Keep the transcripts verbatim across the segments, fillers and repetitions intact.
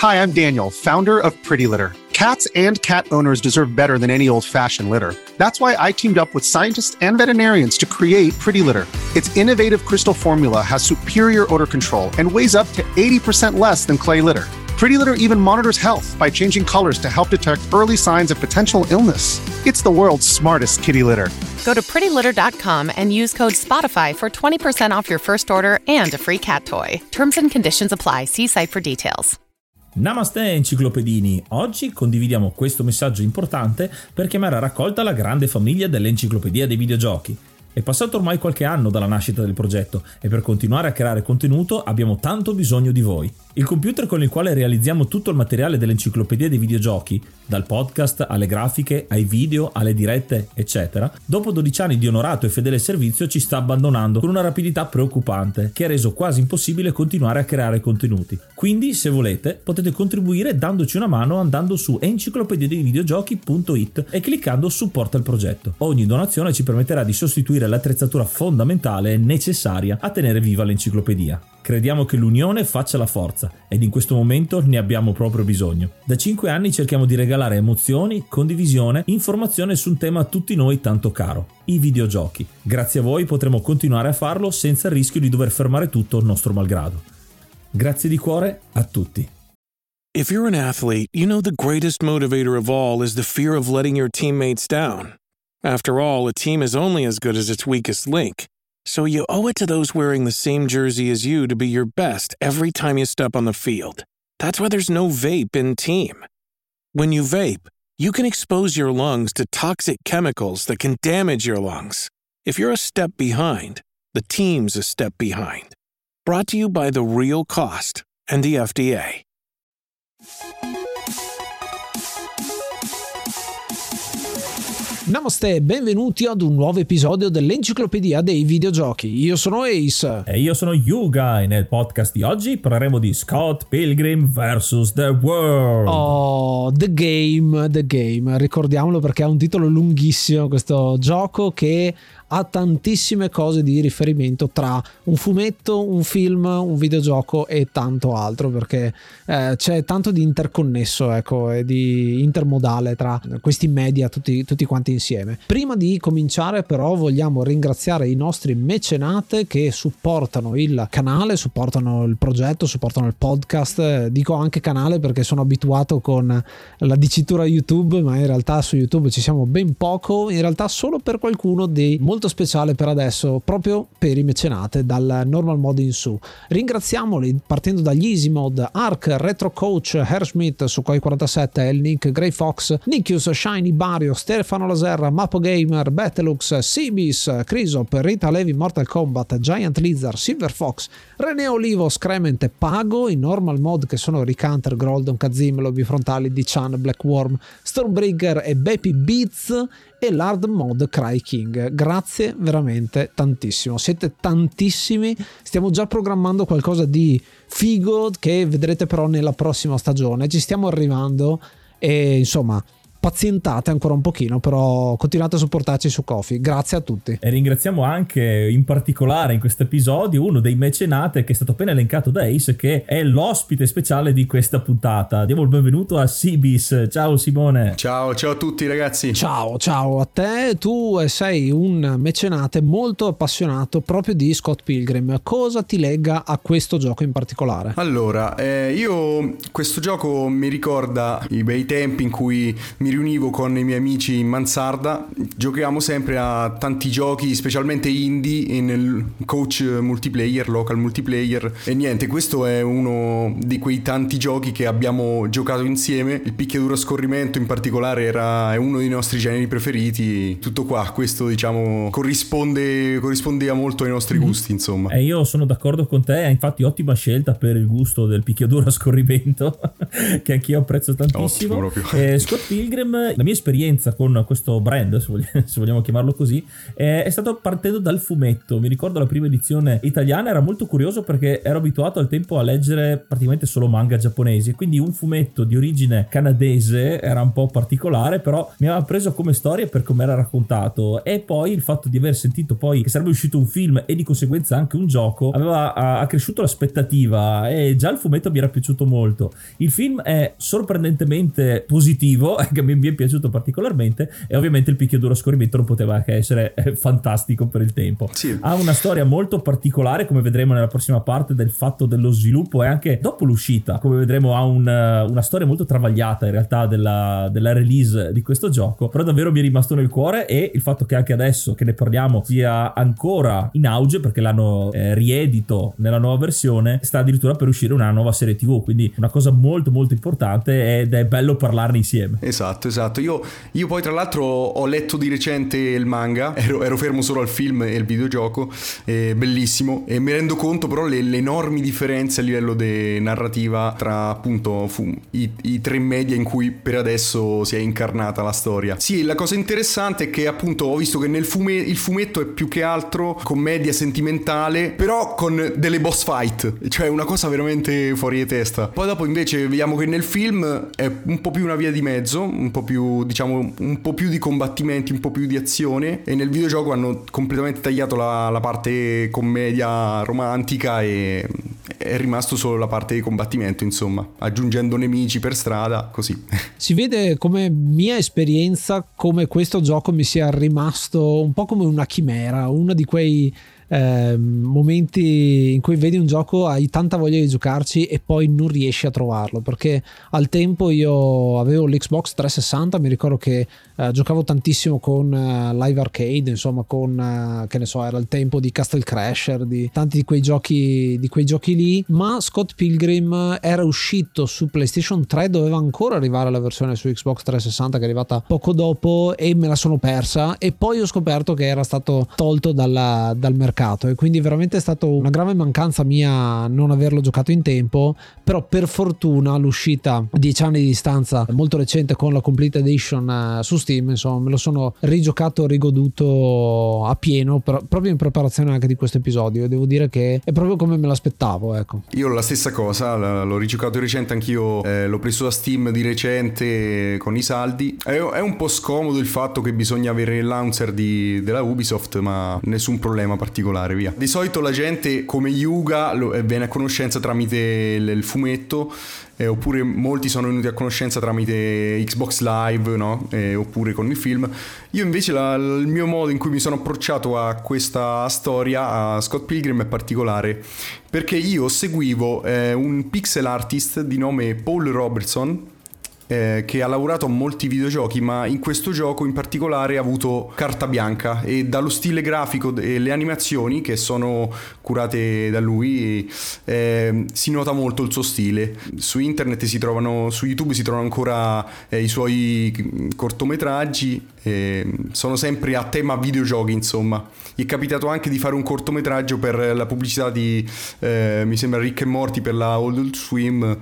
Hi, I'm Daniel, founder of Pretty Litter. Cats and cat owners deserve better than any old-fashioned litter. That's why I teamed up with scientists and veterinarians to create Pretty Litter. Its innovative crystal formula has superior odor control and weighs up to eighty percent less than clay litter. Pretty Litter even monitors health by changing colors to help detect early signs of potential illness. It's the world's smartest kitty litter. Go to pretty litter dot com and use code SPOTIFY for twenty percent off your first order and a free cat toy. Terms and conditions apply. See site for details. Namaste enciclopedini, oggi condividiamo questo messaggio importante per chiamare a raccolta la grande famiglia dell'Enciclopedia dei Videogiochi. È passato ormai qualche anno dalla nascita del progetto e per continuare a creare contenuto abbiamo tanto bisogno di voi. Il computer con il quale realizziamo tutto il materiale dell'Enciclopedia dei Videogiochi, dal podcast alle grafiche, ai video, alle dirette, eccetera, dopo dodici anni di onorato e fedele servizio ci sta abbandonando con una rapidità preoccupante che ha reso quasi impossibile continuare a creare contenuti. Quindi, se volete, potete contribuire dandoci una mano andando su enciclopedia dei videogiochi punto it e cliccando supporta il progetto. Ogni donazione ci permetterà di sostituire l'attrezzatura fondamentale e necessaria a tenere viva l'enciclopedia. Crediamo che l'unione faccia la forza ed in questo momento ne abbiamo proprio bisogno. Da cinque anni cerchiamo di regalare emozioni, condivisione, informazione su un tema a tutti noi tanto caro, i videogiochi. Grazie a voi potremo continuare a farlo senza il rischio di dover fermare tutto nostro malgrado. Grazie di cuore a tutti. If you're an athlete, you know the greatest motivator of all is the fear of letting your teammates down. After all, a team is only as good as its weakest link. So you owe it to those wearing the same jersey as you to be your best every time you step on the field. That's why there's no vape in team. When you vape, you can expose your lungs to toxic chemicals that can damage your lungs. If you're a step behind, the team's a step behind. Brought to you by The Real Cost and the F D A. Namaste e benvenuti ad un nuovo episodio dell'Enciclopedia dei Videogiochi. Io sono Ace. E io sono Yuga e nel podcast di oggi parleremo di Scott Pilgrim versus The World. Oh, The Game, The Game. Ricordiamolo perché ha un titolo lunghissimo questo gioco che ha tantissime cose di riferimento tra un fumetto, un film, un videogioco e tanto altro, perché eh, c'è tanto di interconnesso, ecco, e di intermodale tra questi media tutti, tutti quanti insieme. Prima di cominciare però vogliamo ringraziare i nostri mecenate che supportano il canale, supportano il progetto, supportano il podcast. Dico anche canale perché sono abituato con la dicitura YouTube, ma in realtà su YouTube ci siamo ben poco, in realtà solo per qualcuno dei molto speciale per adesso, proprio per i mecenate dal normal mode in su. Ringraziamoli partendo dagli Easy Mode, Ark, Retro Coach, Herschmidt su Koi quarantasette, El Nick, Grey Fox, Nikius, Shiny, Bario, Stefano Laserra, Mapo Gamer, Bettelux, Sibis, Crisop, Rita Levi, Mortal Kombat, Giant Lizard, Silver Fox, René Olivo, Screment e Pago in normal mode che sono Ricanter, Groldon, Kazim, Lobby Frontali, D-Chan, Blackworm, Stormbringer e Beppy Beats e l'hard mode Cry King. Grazie veramente tantissimo, siete tantissimi, stiamo già programmando qualcosa di figo che vedrete però nella prossima stagione, ci stiamo arrivando e insomma pazientate ancora un pochino, però continuate a supportarci su Ko-fi. Grazie a tutti. E ringraziamo anche in particolare in questo episodio uno dei mecenate che è stato appena elencato da Ace, che è l'ospite speciale di questa puntata. Diamo il benvenuto a Sibis. Ciao Simone. Ciao, ciao a tutti ragazzi. Ciao, ciao a te. Tu sei un mecenate molto appassionato proprio di Scott Pilgrim. Cosa ti lega a questo gioco in particolare? Allora, eh, io questo gioco mi ricorda i bei tempi in cui mi riunivo con i miei amici in mansarda, giocavamo sempre a tanti giochi, specialmente indie, nel coach multiplayer, local multiplayer, e niente, questo è uno di quei tanti giochi che abbiamo giocato insieme. Il picchiaduro a scorrimento in particolare era è uno dei nostri generi preferiti. Tutto qua, questo diciamo corrisponde corrispondeva molto ai nostri gusti, insomma. E io sono d'accordo con te, infatti ottima scelta per il gusto del picchiaduro a scorrimento che anch'io apprezzo tantissimo. Ottimo, proprio. Eh, Scott Pilgrim, la mia esperienza con questo brand, se vogliamo, se vogliamo chiamarlo così, è, è stato partendo dal fumetto. Mi ricordo la prima edizione italiana, era molto curioso perché ero abituato al tempo a leggere praticamente solo manga giapponesi, quindi un fumetto di origine canadese era un po' particolare, però mi aveva preso come storia per come era raccontato, e poi il fatto di aver sentito poi che sarebbe uscito un film e di conseguenza anche un gioco aveva accresciuto l'aspettativa, e già il fumetto mi era piaciuto molto. Il film è sorprendentemente positivo, che mi è piaciuto particolarmente, e ovviamente il picchiaduro a scorrimento non poteva che essere fantastico per il tempo. Sì. Ha una storia molto particolare, come vedremo nella prossima parte, del fatto dello sviluppo e anche dopo l'uscita, come vedremo ha un, una storia molto travagliata in realtà della, della release di questo gioco, però davvero mi è rimasto nel cuore, e il fatto che anche adesso che ne parliamo sia ancora in auge perché l'hanno eh, riedito nella nuova versione, sta addirittura per uscire una nuova serie tv, quindi una cosa molto molto importante, ed è bello parlarne insieme. Esatto, esatto. Io, io poi tra l'altro ho letto di recente il manga, ero, ero fermo solo al film e al videogioco, è bellissimo, e mi rendo conto però le, le enormi differenze a livello di narrativa tra appunto fu, i, i tre media in cui per adesso si è incarnata la storia. Sì, la cosa interessante è che appunto ho visto che nel fume, il fumetto è più che altro commedia sentimentale, però con delle boss fight, cioè una cosa veramente fuori di testa. Poi dopo invece vediamo che nel film è un po' più una via di mezzo, un po' più, diciamo, un po' più di combattimenti, un po' più di azione, e nel videogioco hanno completamente tagliato la, la parte commedia romantica e è rimasto solo la parte di combattimento, insomma, aggiungendo nemici per strada, così. Si vede come mia esperienza come questo gioco mi sia rimasto un po' come una chimera, uno di quei Eh, momenti in cui vedi un gioco, hai tanta voglia di giocarci e poi non riesci a trovarlo, perché al tempo io avevo l'Xbox trecentosessanta, mi ricordo che eh, giocavo tantissimo con eh, Live Arcade, insomma con eh, che ne so, era il tempo di Castle Crasher, di tanti di quei giochi di quei giochi lì, ma Scott Pilgrim era uscito su PlayStation tre, doveva ancora arrivare la versione su Xbox trecentosessanta che è arrivata poco dopo, e me la sono persa, e poi ho scoperto che era stato tolto dalla, dal mercato, e quindi veramente è stato una grave mancanza mia non averlo giocato in tempo. Però per fortuna l'uscita a dieci anni di distanza molto recente con la Complete Edition su Steam, insomma me lo sono rigiocato, rigoduto a pieno, però, proprio in preparazione anche di questo episodio, e devo dire che è proprio come me l'aspettavo, ecco. Io la stessa cosa, l'ho rigiocato di recente anch'io, eh, l'ho preso da Steam di recente con i saldi. È, è un po' scomodo il fatto che bisogna avere il launcher di, della Ubisoft, ma nessun problema particolare, via. Di solito la gente come Yuga lo, eh, viene a conoscenza tramite il, il fumetto, eh, oppure molti sono venuti a conoscenza tramite Xbox Live, no? Eh, oppure con il film. Io invece la, il mio modo in cui mi sono approcciato a questa storia, a Scott Pilgrim, è particolare, perché io seguivo eh, un pixel artist di nome Paul Robertson, Eh, che ha lavorato a molti videogiochi, ma in questo gioco in particolare ha avuto carta bianca, e dallo stile grafico e le animazioni che sono curate da lui eh, si nota molto il suo stile. Su internet si trovano, su YouTube si trovano ancora eh, i suoi cortometraggi, eh, sono sempre a tema videogiochi, insomma. Gli è capitato anche di fare un cortometraggio per la pubblicità di eh, mi sembra Rick e Morty per la Adult Swim.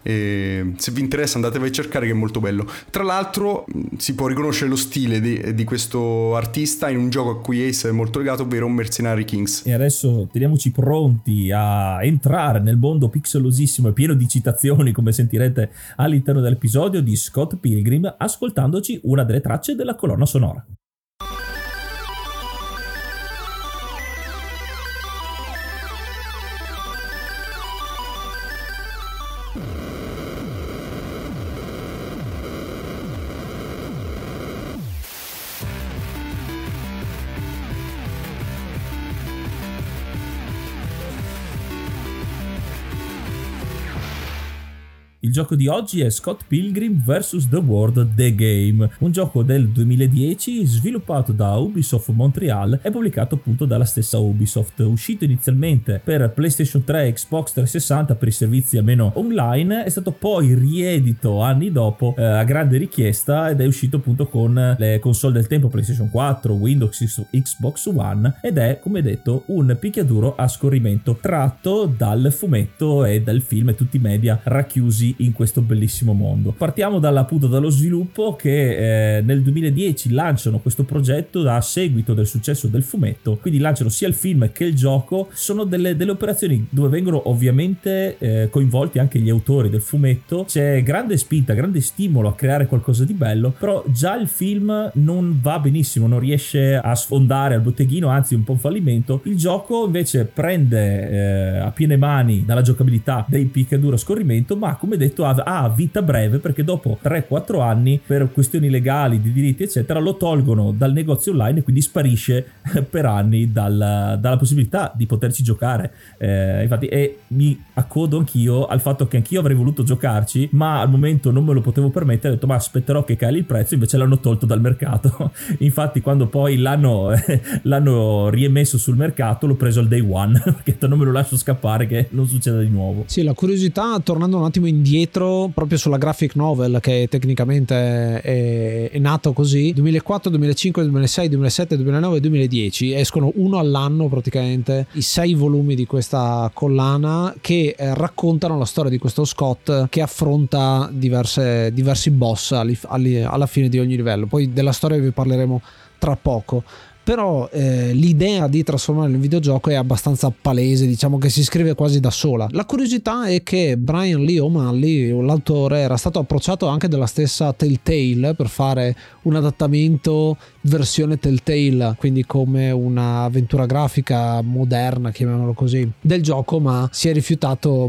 E se vi interessa andatevi a cercare, che è molto bello. Tra l'altro si può riconoscere lo stile di, di questo artista in un gioco a cui Ace è molto legato, ovvero Mercenary Kings. E adesso teniamoci pronti a entrare nel mondo pixelosissimo e pieno di citazioni, come sentirete all'interno dell'episodio di Scott Pilgrim, ascoltandoci una delle tracce della colonna sonora. Il gioco di oggi è Scott Pilgrim versus. The World The Game, un gioco del duemiladieci sviluppato da Ubisoft Montreal e pubblicato appunto dalla stessa Ubisoft. Uscito inizialmente per PlayStation tre e Xbox trecentosessanta per i servizi almeno online, è stato poi riedito anni dopo eh, a grande richiesta, ed è uscito appunto con le console del tempo PlayStation quattro, Windows, Xbox One, ed è, come detto, un picchiaduro a scorrimento tratto dal fumetto e dal film e tutti i media racchiusi in questo bellissimo mondo. Partiamo dall'appunto dallo sviluppo, che eh, nel duemiladieci lanciano questo progetto a seguito del successo del fumetto, quindi lanciano sia il film che il gioco. Sono delle, delle operazioni dove vengono ovviamente eh, coinvolti anche gli autori del fumetto, c'è grande spinta, grande stimolo a creare qualcosa di bello, però già il film non va benissimo, non riesce a sfondare al botteghino, anzi un po' un fallimento. Il gioco invece prende eh, a piene mani dalla giocabilità dei picchiaduro a scorrimento, ma come detto detto ha, ha vita breve, perché dopo tre quattro anni per questioni legali di diritti eccetera lo tolgono dal negozio online e quindi sparisce per anni dal, dalla possibilità di poterci giocare. Eh, infatti e mi accodo anch'io al fatto che anch'io avrei voluto giocarci, ma al momento non me lo potevo permettere, ho detto ma aspetterò che cali il prezzo, invece l'hanno tolto dal mercato. Infatti quando poi l'hanno, l'hanno riemesso sul mercato l'ho preso al day one perché non me lo lascio scappare che non succeda di nuovo. Sì, la curiosità, tornando un attimo indietro proprio sulla graphic novel, che tecnicamente è, è nato così: duemilaquattro, duemilacinque, duemilasei, duemilasette, duemilanove e duemiladieci escono uno all'anno praticamente i sei volumi di questa collana che eh, raccontano la storia di questo Scott che affronta diverse, diversi boss alli, alli, alla fine di ogni livello. Poi della storia vi parleremo tra poco. Però eh, l'idea di trasformare il videogioco è abbastanza palese, diciamo che si scrive quasi da sola. La curiosità è che Brian Lee O'Malley, l'autore, era stato approcciato anche dalla stessa Telltale per fare un adattamento versione Telltale, quindi come un'avventura grafica moderna, chiamiamolo così, del gioco, ma si è rifiutato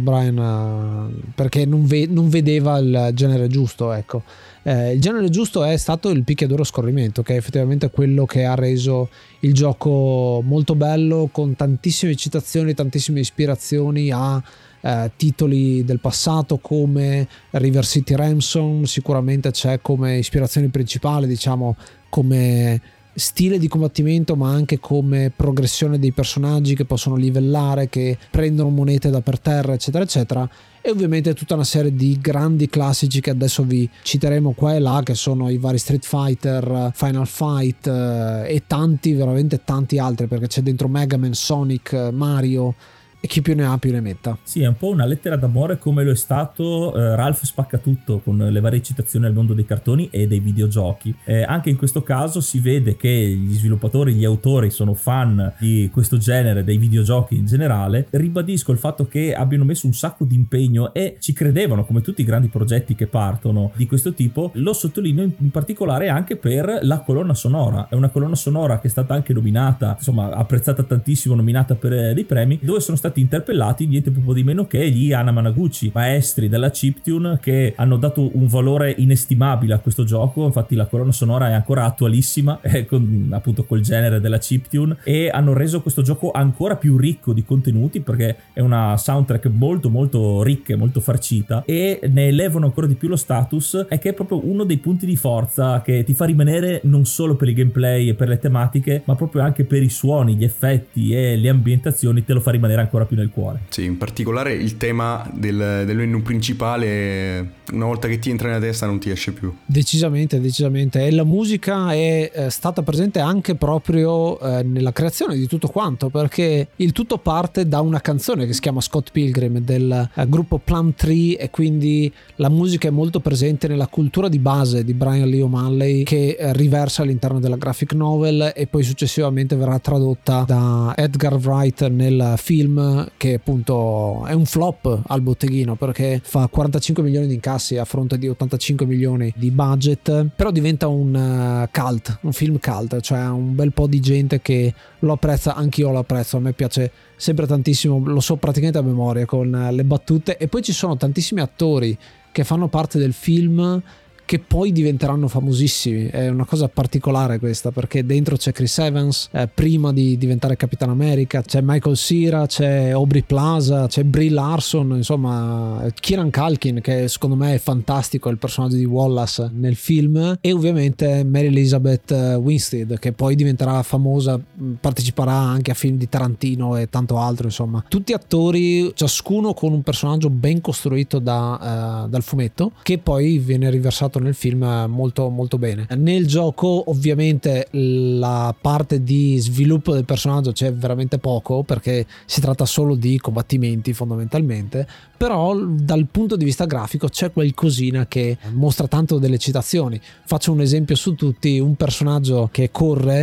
Brian perché non, ve- non vedeva il genere giusto, ecco. Eh, il genere giusto è stato il picchiaduro a scorrimento, che è effettivamente quello che ha reso il gioco molto bello, con tantissime citazioni, tantissime ispirazioni a eh, titoli del passato come River City Ransom. Sicuramente c'è come ispirazione principale, diciamo, come stile di combattimento, ma anche come progressione dei personaggi che possono livellare, che prendono monete da per terra, eccetera eccetera. E ovviamente tutta una serie di grandi classici che adesso vi citeremo qua e là, che sono i vari Street Fighter, Final Fight eh, e tanti, veramente tanti altri, perché c'è dentro Mega Man, Sonic, Mario e chi più ne ha più ne metta. Sì, è un po' una lettera d'amore come lo è stato eh, Ralph Spaccatutto, con le varie citazioni al mondo dei cartoni e dei videogiochi. Eh, anche in questo caso si vede che gli sviluppatori, gli autori sono fan di questo genere, dei videogiochi in generale. Ribadisco il fatto che abbiano messo un sacco di impegno e ci credevano, come tutti i grandi progetti che partono di questo tipo. Lo sottolineo in particolare anche per la colonna sonora. È una colonna sonora che è stata anche nominata, insomma apprezzata tantissimo, nominata per dei premi, dove sono stati interpellati niente poco di meno che gli Hana Managuchi, maestri della chiptune, che hanno dato un valore inestimabile a questo gioco. Infatti la colonna sonora è ancora attualissima, eh, con, appunto col genere della chiptune, e hanno reso questo gioco ancora più ricco di contenuti, perché è una soundtrack molto molto ricca e molto farcita, e ne elevano ancora di più lo status, è che è proprio uno dei punti di forza che ti fa rimanere non solo per il gameplay e per le tematiche, ma proprio anche per i suoni, gli effetti e le ambientazioni, te lo fa rimanere ancora più nel cuore. Sì, in particolare il tema del, del menu principale, una volta che ti entra nella testa non ti esce più. Decisamente, decisamente. E la musica è eh, stata presente anche proprio eh, nella creazione di tutto quanto, perché il tutto parte da una canzone che si chiama Scott Pilgrim del eh, gruppo Plum Tree, e quindi la musica è molto presente nella cultura di base di Brian Lee O'Malley, che eh, riversa all'interno della graphic novel e poi successivamente verrà tradotta da Edgar Wright nel film, che appunto è un flop al botteghino perché fa quarantacinque milioni di incassi a fronte di ottantacinque milioni di budget, però diventa un cult, un film cult, cioè un bel po' di gente che lo apprezza. Anch'io lo apprezzo, a me piace sempre tantissimo, lo so praticamente a memoria con le battute. E poi ci sono tantissimi attori che fanno parte del film che poi diventeranno famosissimi. È una cosa particolare questa, perché dentro c'è Chris Evans eh, prima di diventare Capitan America, c'è Michael Cera, c'è Aubrey Plaza, c'è Brie Larson, insomma Kieran Culkin, che secondo me è fantastico, è il personaggio di Wallace nel film, e ovviamente Mary Elizabeth Winstead, che poi diventerà famosa, parteciperà anche a film di Tarantino e tanto altro. Insomma tutti attori, ciascuno con un personaggio ben costruito da, uh, dal fumetto, che poi viene riversato nel film molto molto bene. Nel gioco ovviamente la parte di sviluppo del personaggio c'è veramente poco, perché si tratta solo di combattimenti fondamentalmente, però dal punto di vista grafico c'è qualcosina che mostra tanto delle citazioni. Faccio un esempio su tutti: un personaggio che corre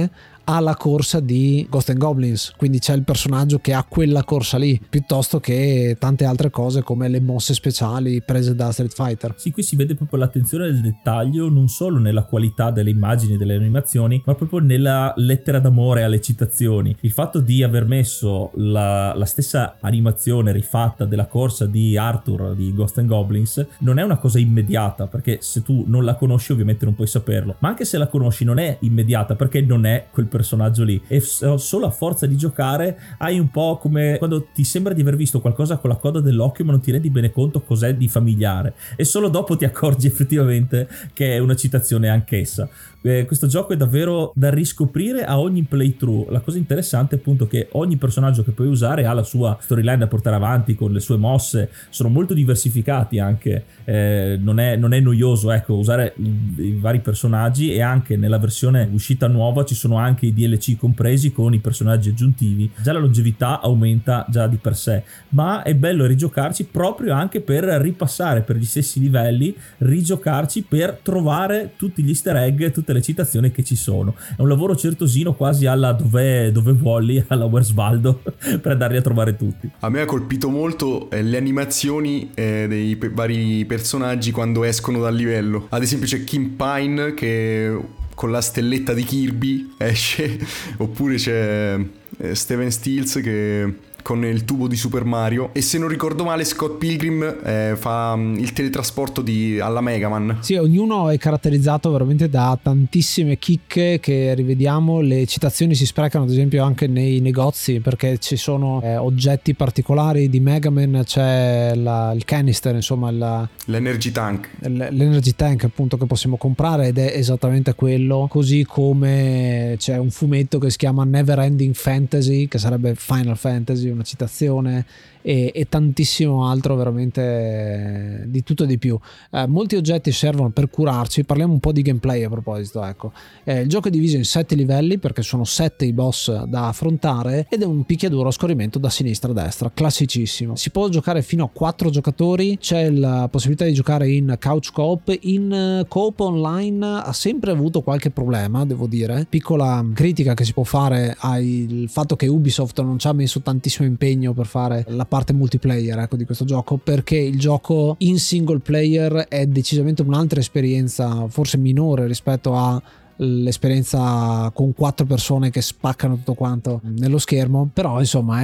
alla corsa di Ghost and Goblins, quindi c'è il personaggio che ha quella corsa lì, piuttosto che tante altre cose come le mosse speciali prese da Street Fighter. Sì, qui si vede proprio l'attenzione al dettaglio, non solo nella qualità delle immagini, delle animazioni, ma proprio nella lettera d'amore alle citazioni. Il fatto di aver messo la, la stessa animazione rifatta della corsa di Arthur di Ghost and Goblins non è una cosa immediata, perché se tu non la conosci ovviamente non puoi saperlo, ma anche se la conosci non è immediata perché non è quel personaggio lì, e solo a forza di giocare hai un po' come quando ti sembra di aver visto qualcosa con la coda dell'occhio ma non ti rendi bene conto cos'è di familiare, e solo dopo ti accorgi effettivamente che è una citazione anch'essa. Eh, questo gioco è davvero da riscoprire a ogni playthrough. La cosa interessante è appunto che ogni personaggio che puoi usare ha la sua storyline da portare avanti con le sue mosse, sono molto diversificati anche, eh, non, è, non è noioso ecco usare i, i vari personaggi, e anche nella versione uscita nuova ci sono anche i D L C compresi con i personaggi aggiuntivi. Già la longevità aumenta già di per sé, ma è bello rigiocarci proprio anche per ripassare per gli stessi livelli, rigiocarci per trovare tutti gli easter egg, tutte le citazioni che ci sono. È un lavoro certosino quasi alla dove, dove Wally, alla Where's Waldo per andarli a trovare tutti. A me ha colpito molto eh, le animazioni eh, dei pe- vari personaggi quando escono dal livello. Ad esempio c'è Kim Pine che con la stelletta di Kirby esce, oppure c'è eh, Steven Stills che con il tubo di Super Mario, e se non ricordo male Scott Pilgrim eh, fa um, il teletrasporto di, alla Mega Man. Sì, ognuno è caratterizzato veramente da tantissime chicche che rivediamo. Le citazioni si sprecano ad esempio anche nei negozi, perché ci sono eh, oggetti particolari di Mega Man, c'è la, il canister, insomma la, l'energy tank l'energy tank appunto che possiamo comprare, ed è esattamente quello, così come c'è un fumetto che si chiama Never Ending Fantasy, che sarebbe Final Fantasy, una citazione, e, e tantissimo altro, veramente eh, di tutto e di più. Eh, molti oggetti servono per curarci. Parliamo un po' di gameplay a proposito, ecco. Eh, il gioco è diviso in sette livelli perché sono sette i boss da affrontare, ed è un picchiaduro a scorrimento da sinistra a destra, classicissimo. Si può giocare fino a quattro giocatori, c'è la possibilità di giocare in couch co-op. In co-op online ha sempre avuto qualche problema, devo dire. Piccola critica che si può fare al fatto che Ubisoft non ci ha messo tantissimo impegno per fare la parte multiplayer ecco di questo gioco, perché il gioco in single player è decisamente un'altra esperienza, forse minore rispetto a l'esperienza con quattro persone che spaccano tutto quanto nello schermo. Però insomma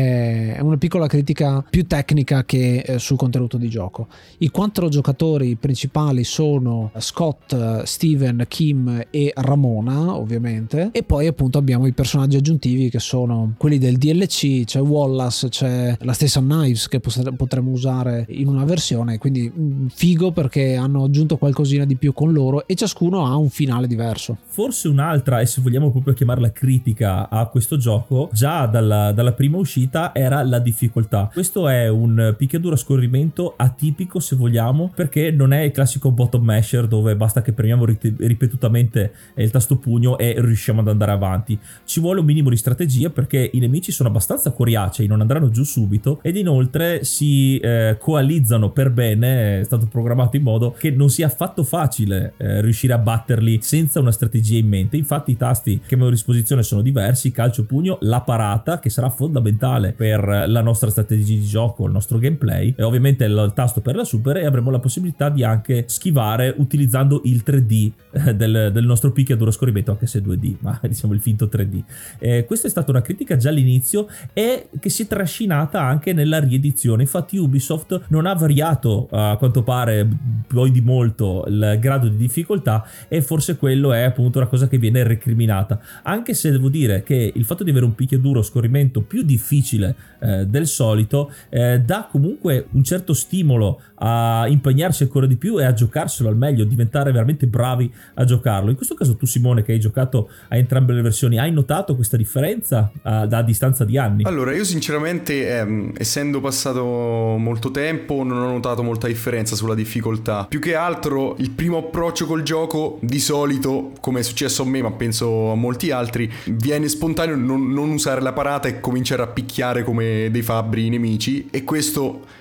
è, è una piccola critica più tecnica che eh, sul contenuto di gioco. I quattro giocatori principali sono Scott, Steven, Kim e Ramona ovviamente, e poi appunto abbiamo i personaggi aggiuntivi che sono quelli del D L C. C'è Wallace, c'è la stessa Knives che potremmo usare in una versione, quindi figo perché hanno aggiunto qualcosina di più con loro, e ciascuno ha un finale diverso. Forse un'altra, e se vogliamo proprio chiamarla critica a questo gioco, già dalla, dalla prima uscita era la difficoltà. Questo è un picchiaduro a scorrimento atipico, se vogliamo, perché non è il classico bottom masher dove basta che premiamo ripetutamente il tasto pugno e riusciamo ad andare avanti. Ci vuole un minimo di strategia perché i nemici sono abbastanza coriacei, non andranno giù subito, ed inoltre si eh, coalizzano per bene. È stato programmato in modo che non sia affatto facile eh, riuscire a batterli senza una strategia in mente. Infatti i tasti che abbiamo a disposizione sono diversi: calcio, pugno, la parata, che sarà fondamentale per la nostra strategia di gioco, il nostro gameplay, e ovviamente il tasto per la super, e avremo la possibilità di anche schivare utilizzando il tre D del, del nostro picchiaduro a scorrimento, anche se due D, ma diciamo il finto tre D. Eh, questa è stata una critica già all'inizio e che si è trascinata anche nella riedizione. Infatti Ubisoft non ha variato a quanto pare poi di molto il grado di difficoltà, e forse quello è appunto una cosa che viene recriminata, anche se devo dire che il fatto di avere un picchiaduro a scorrimento più difficile eh, del solito eh, dà comunque un certo stimolo a impegnarsi ancora di più e a giocarselo al meglio, diventare veramente bravi a giocarlo. In questo caso tu, Simone, che hai giocato a entrambe le versioni, hai notato questa differenza a, a distanza di anni? Allora, io sinceramente ehm, essendo passato molto tempo non ho notato molta differenza sulla difficoltà. Più che altro il primo approccio col gioco, di solito, come è successo a me ma penso a molti altri, viene spontaneo non, non usare la parata e cominciare a picchiare come dei fabbri i nemici, e questo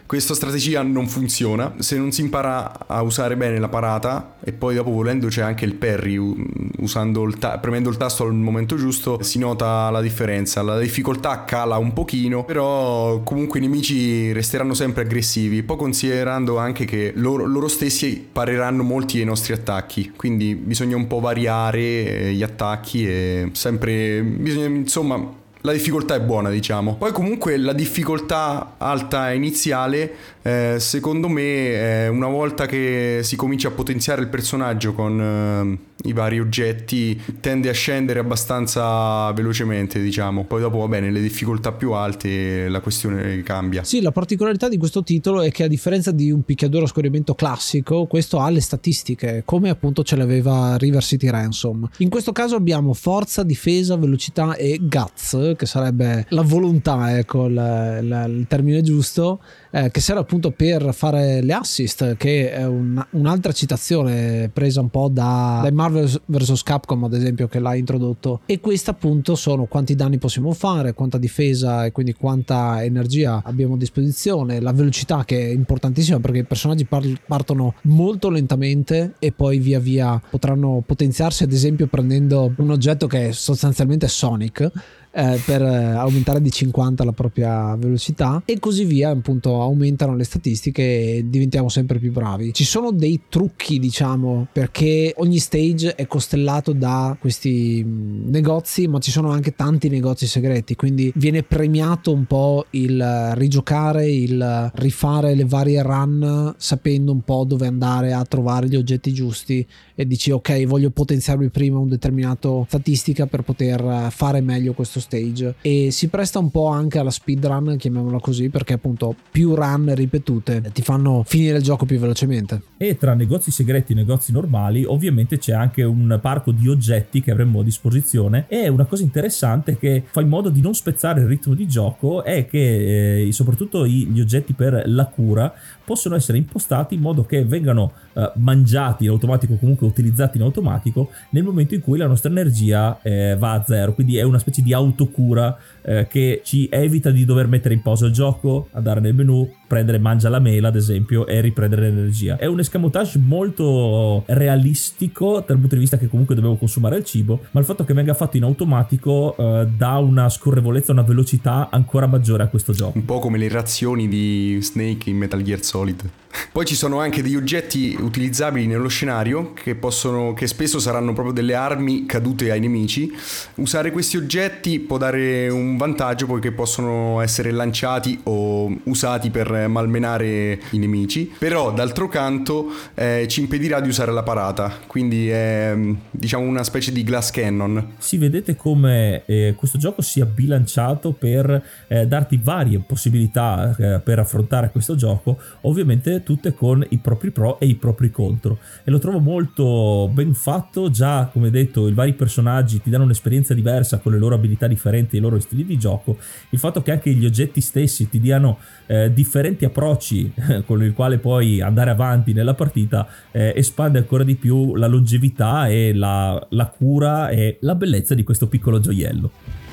questa strategia non funziona. Se non si impara a usare bene la parata, e poi dopo volendo c'è anche il parry, usando il ta- premendo il tasto al momento giusto, si nota la differenza. La difficoltà cala un pochino, però comunque i nemici resteranno sempre aggressivi, poi considerando anche che loro, loro stessi pareranno molti ai nostri attacchi, quindi bisogna un po' variare gli attacchi e sempre bisogna, insomma, la difficoltà è buona, diciamo. Poi comunque la difficoltà alta iniziale, eh, secondo me, eh, una volta che si comincia a potenziare il personaggio con eh, i vari oggetti, tende a scendere abbastanza velocemente, diciamo. Poi dopo, va bene, le difficoltà più alte la questione cambia. Sì, la particolarità di questo titolo è che, a differenza di un picchiaduro a scorrimento classico, questo ha le statistiche, come appunto ce l'aveva River City Ransom. In questo caso abbiamo forza, difesa, velocità e guts, che sarebbe la volontà, ecco il, il, il termine giusto, eh, che serve appunto per fare le assist, che è un, un'altra citazione presa un po' da, dai Marvel versus. Capcom, ad esempio, che l'ha introdotto. E questa appunto sono quanti danni possiamo fare, quanta difesa e quindi quanta energia abbiamo a disposizione, la velocità, che è importantissima perché i personaggi par- partono molto lentamente e poi via via potranno potenziarsi, ad esempio prendendo un oggetto che è sostanzialmente Sonic, Eh, per aumentare di cinquanta la propria velocità, e così via. Appunto aumentano le statistiche e diventiamo sempre più bravi. Ci sono dei trucchi, diciamo, perché ogni stage è costellato da questi negozi, ma ci sono anche tanti negozi segreti, quindi viene premiato un po' il rigiocare, il rifare le varie run sapendo un po' dove andare a trovare gli oggetti giusti, e dici ok, voglio potenziarmi prima un determinato statistica per poter fare meglio questo stage. E si presta un po' anche alla speedrun, chiamiamola così, perché appunto più run ripetute ti fanno finire il gioco più velocemente. E tra negozi segreti e negozi normali ovviamente c'è anche un parco di oggetti che avremo a disposizione, e una cosa interessante che fa in modo di non spezzare il ritmo di gioco è che eh, soprattutto gli oggetti per la cura possono essere impostati in modo che vengano eh, mangiati in automatico, comunque utilizzati in automatico nel momento in cui la nostra energia eh, va a zero, quindi è una specie di autocura eh, che ci evita di dover mettere in pausa il gioco, andare nel menu, prendere mangia la mela ad esempio e riprendere l'energia. È un escamotage molto realistico dal punto di vista che comunque dovevo consumare il cibo, ma il fatto che venga fatto in automatico eh, dà una scorrevolezza, una velocità ancora maggiore a questo gioco, un po' come le razioni di Snake in Metal Gear Solid. Poi ci sono anche degli oggetti utilizzabili nello scenario che possono, che spesso saranno proprio delle armi cadute ai nemici. Usare questi oggetti può dare un vantaggio poiché possono essere lanciati o usati per malmenare i nemici, però d'altro canto eh, ci impedirà di usare la parata, quindi è diciamo una specie di glass cannon. Sì, vedete come eh, questo gioco sia bilanciato per eh, darti varie possibilità eh, per affrontare questo gioco, ovviamente tutte con i propri pro e i propri contro, e lo trovo molto ben fatto. Già, come detto, i vari personaggi ti danno un'esperienza diversa con le loro abilità differenti e i loro stili di gioco. Il fatto che anche gli oggetti stessi ti diano eh, differenti approcci eh, con il quale puoi andare avanti nella partita eh, espande ancora di più la longevità e la, la cura e la bellezza di questo piccolo gioiello.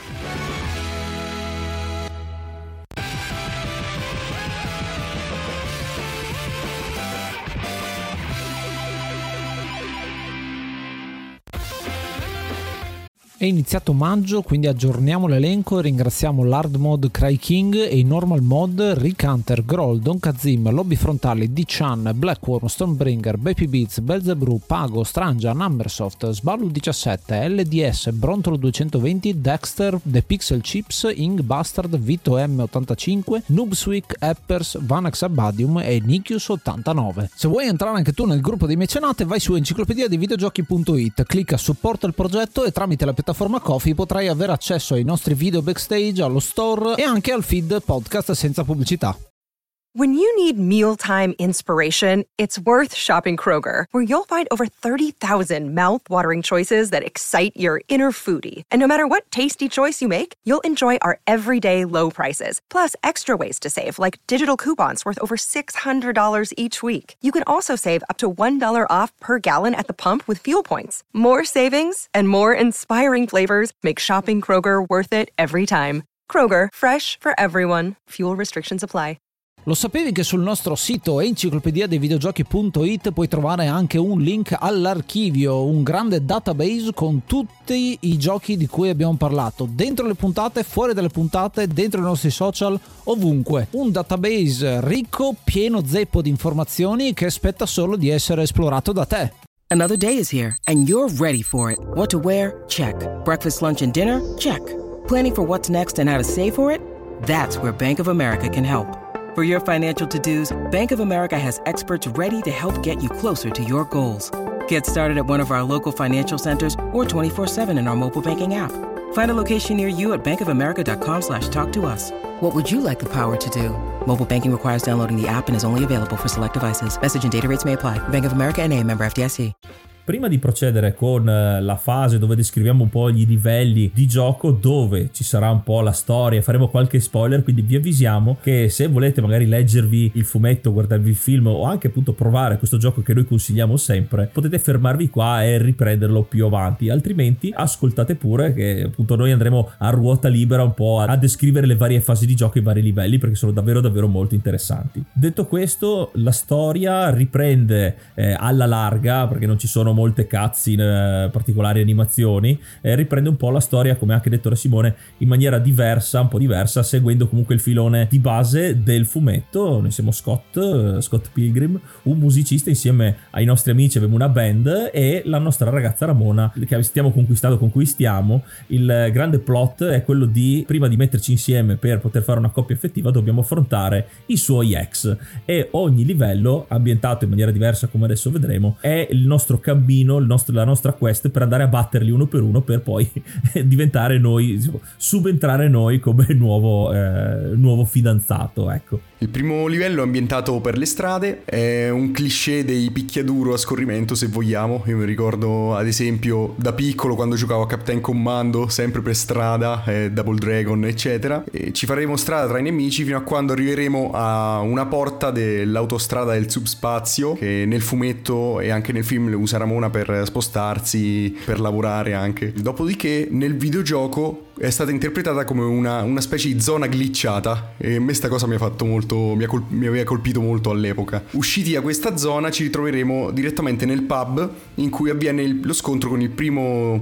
È iniziato maggio, quindi aggiorniamo l'elenco e ringraziamo l'Hard Mode Cry King e i Normal Mode Rick Hunter, Groll, Don Kazim, Lobby Frontali, D-Chan, Blackworm, Stonebringer, Baby Beats, Belzebrew, Pago, Strangia, Numbersoft, Sballu diciassette, L D S, Brontolo duecentoventi, Dexter, The Pixel Chips, Ing Bastard, Vito M ottantacinque, Noobswick, Eppers, Vanax Abadium e Nikius ottantanove. Se vuoi entrare anche tu nel gruppo dei mecenate, vai su enciclopedia dei videogiochi punto it, clicca supporta il progetto e tramite la piattaforma Ko-fi potrai avere accesso ai nostri video backstage, allo store e anche al feed podcast senza pubblicità. When you need mealtime inspiration, it's worth shopping Kroger, where you'll find over thirty thousand mouth-watering choices that excite your inner foodie. And no matter what tasty choice you make, you'll enjoy our everyday low prices, plus extra ways to save, like digital coupons worth over six hundred dollars each week. You can also save up to one dollar off per gallon at the pump with fuel points. More savings and more inspiring flavors make shopping Kroger worth it every time. Kroger, fresh for everyone. Fuel restrictions apply. Lo sapevi che sul nostro sito enciclopedia dei videogiochi punto it puoi trovare anche un link all'archivio, un grande database con tutti i giochi di cui abbiamo parlato, dentro le puntate, fuori dalle puntate, dentro i nostri social, ovunque. Un database ricco, pieno zeppo di informazioni che aspetta solo di essere esplorato da te. Another day is here and you're ready for it. What to wear? Check. Breakfast, lunch and dinner? Check. Planning for what's next and how to save for it? That's where Bank of America can help. For your financial to-dos, Bank of America has experts ready to help get you closer to your goals. Get started at one of our local financial centers or twenty-four seven in our mobile banking app. Find a location near you at bankofamerica.com slash talk to us. What would you like the power to do? Mobile banking requires downloading the app and is only available for select devices. Message and data rates may apply. Bank of America N A, member F D I C. Prima di procedere con la fase dove descriviamo un po' i livelli di gioco, dove ci sarà un po' la storia, faremo qualche spoiler, quindi vi avvisiamo che se volete magari leggervi il fumetto, guardarvi il film o anche appunto provare questo gioco che noi consigliamo sempre, potete fermarvi qua e riprenderlo più avanti, altrimenti ascoltate pure che appunto noi andremo a ruota libera un po' a descrivere le varie fasi di gioco e i vari livelli, perché sono davvero davvero molto interessanti. Detto questo, la storia riprende eh, alla larga, perché non ci sono molte cutscene, particolari animazioni, eh, riprende un po' la storia, come ha anche detto da Simone, in maniera diversa, un po' diversa, seguendo comunque il filone di base del fumetto. Noi siamo Scott, Scott Pilgrim, un musicista, insieme ai nostri amici abbiamo una band e la nostra ragazza Ramona che stiamo conquistando, conquistiamo. Il grande plot è quello di, prima di metterci insieme per poter fare una coppia effettiva, dobbiamo affrontare i suoi ex, e ogni livello, ambientato in maniera diversa come adesso vedremo, è il nostro cammino, il nostro, la nostra quest per andare a batterli uno per uno, per poi diventare noi, subentrare noi come nuovo, eh, nuovo fidanzato, ecco. Il primo livello è ambientato per le strade, è un cliché dei picchiaduro a scorrimento, se vogliamo. Io mi ricordo ad esempio da piccolo quando giocavo a Captain Commando, sempre per strada, eh, Double Dragon eccetera, e ci faremo strada tra i nemici fino a quando arriveremo a una porta dell'autostrada del subspazio, che nel fumetto e anche nel film usa Ramona per spostarsi, per lavorare anche. Dopodiché nel videogioco è stata interpretata come una, una specie di zona glitchata, e a me sta cosa mi ha fatto molto, mi, ha col, mi aveva colpito molto all'epoca. Usciti da questa zona ci ritroveremo direttamente nel pub in cui avviene il, lo scontro con il primo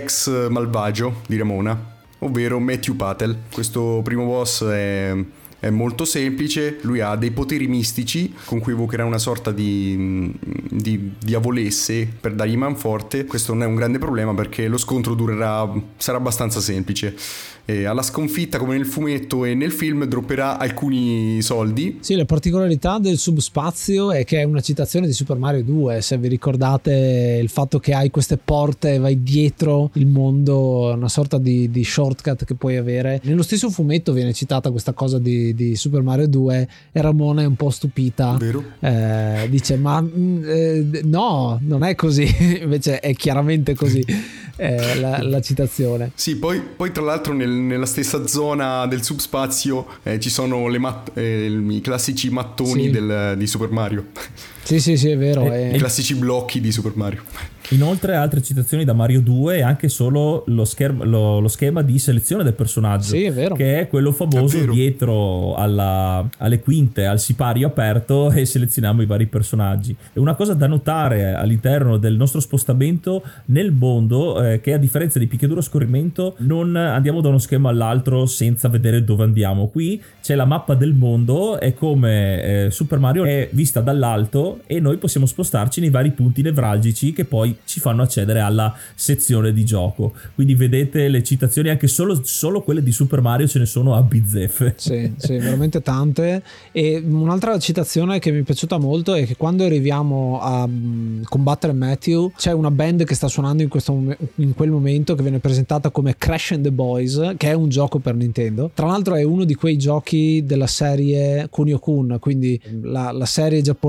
ex malvagio di Ramona, ovvero Matthew Patel. Questo primo boss è... è molto semplice, lui ha dei poteri mistici con cui evocherà una sorta di, di diavolesse per dargli manforte. Questo non è un grande problema perché lo scontro durerà, sarà abbastanza semplice. E alla sconfitta, come nel fumetto e nel film, dropperà alcuni soldi. Sì, la particolarità del subspazio è che è una citazione di Super Mario due, se vi ricordate il fatto che hai queste porte e vai dietro il mondo, una sorta di, di shortcut che puoi avere. Nello stesso fumetto viene citata questa cosa di, di Super Mario due e Ramona è un po' stupita. Vero? Eh, dice ma eh, no, non è così, invece è chiaramente così. Eh, la, la citazione. Sì, poi, poi tra l'altro nel, nella stessa zona del subspazio eh, ci sono le mat- eh, i classici mattoni sì. del, di Super Mario. Sì, sì, sì, è vero. E, è... I classici blocchi di Super Mario. Inoltre altre citazioni da Mario due e anche solo lo, scherm- lo, lo schema di selezione del personaggio, sì, è vero. che è quello famoso è dietro alla, alle quinte, al sipario aperto, e selezioniamo i vari personaggi. E una cosa da notare all'interno del nostro spostamento nel mondo, eh, che a differenza di picchiaduro a scorrimento non andiamo da uno schema all'altro senza vedere dove andiamo. Qui c'è la mappa del mondo, è come eh, Super Mario è vista dall'alto e noi possiamo spostarci nei vari punti nevralgici che poi ci fanno accedere alla sezione di gioco. Quindi vedete le citazioni, anche solo, solo quelle di Super Mario ce ne sono a bizzeffe. Sì, sì, veramente tante. E un'altra citazione che mi è piaciuta molto è che quando arriviamo a combattere Matthew c'è una band che sta suonando in, questo, in quel momento, che viene presentata come Crash and the Boys, che è un gioco per Nintendo. Tra l'altro è uno di quei giochi della serie Kunio-kun, quindi la, la serie giapponese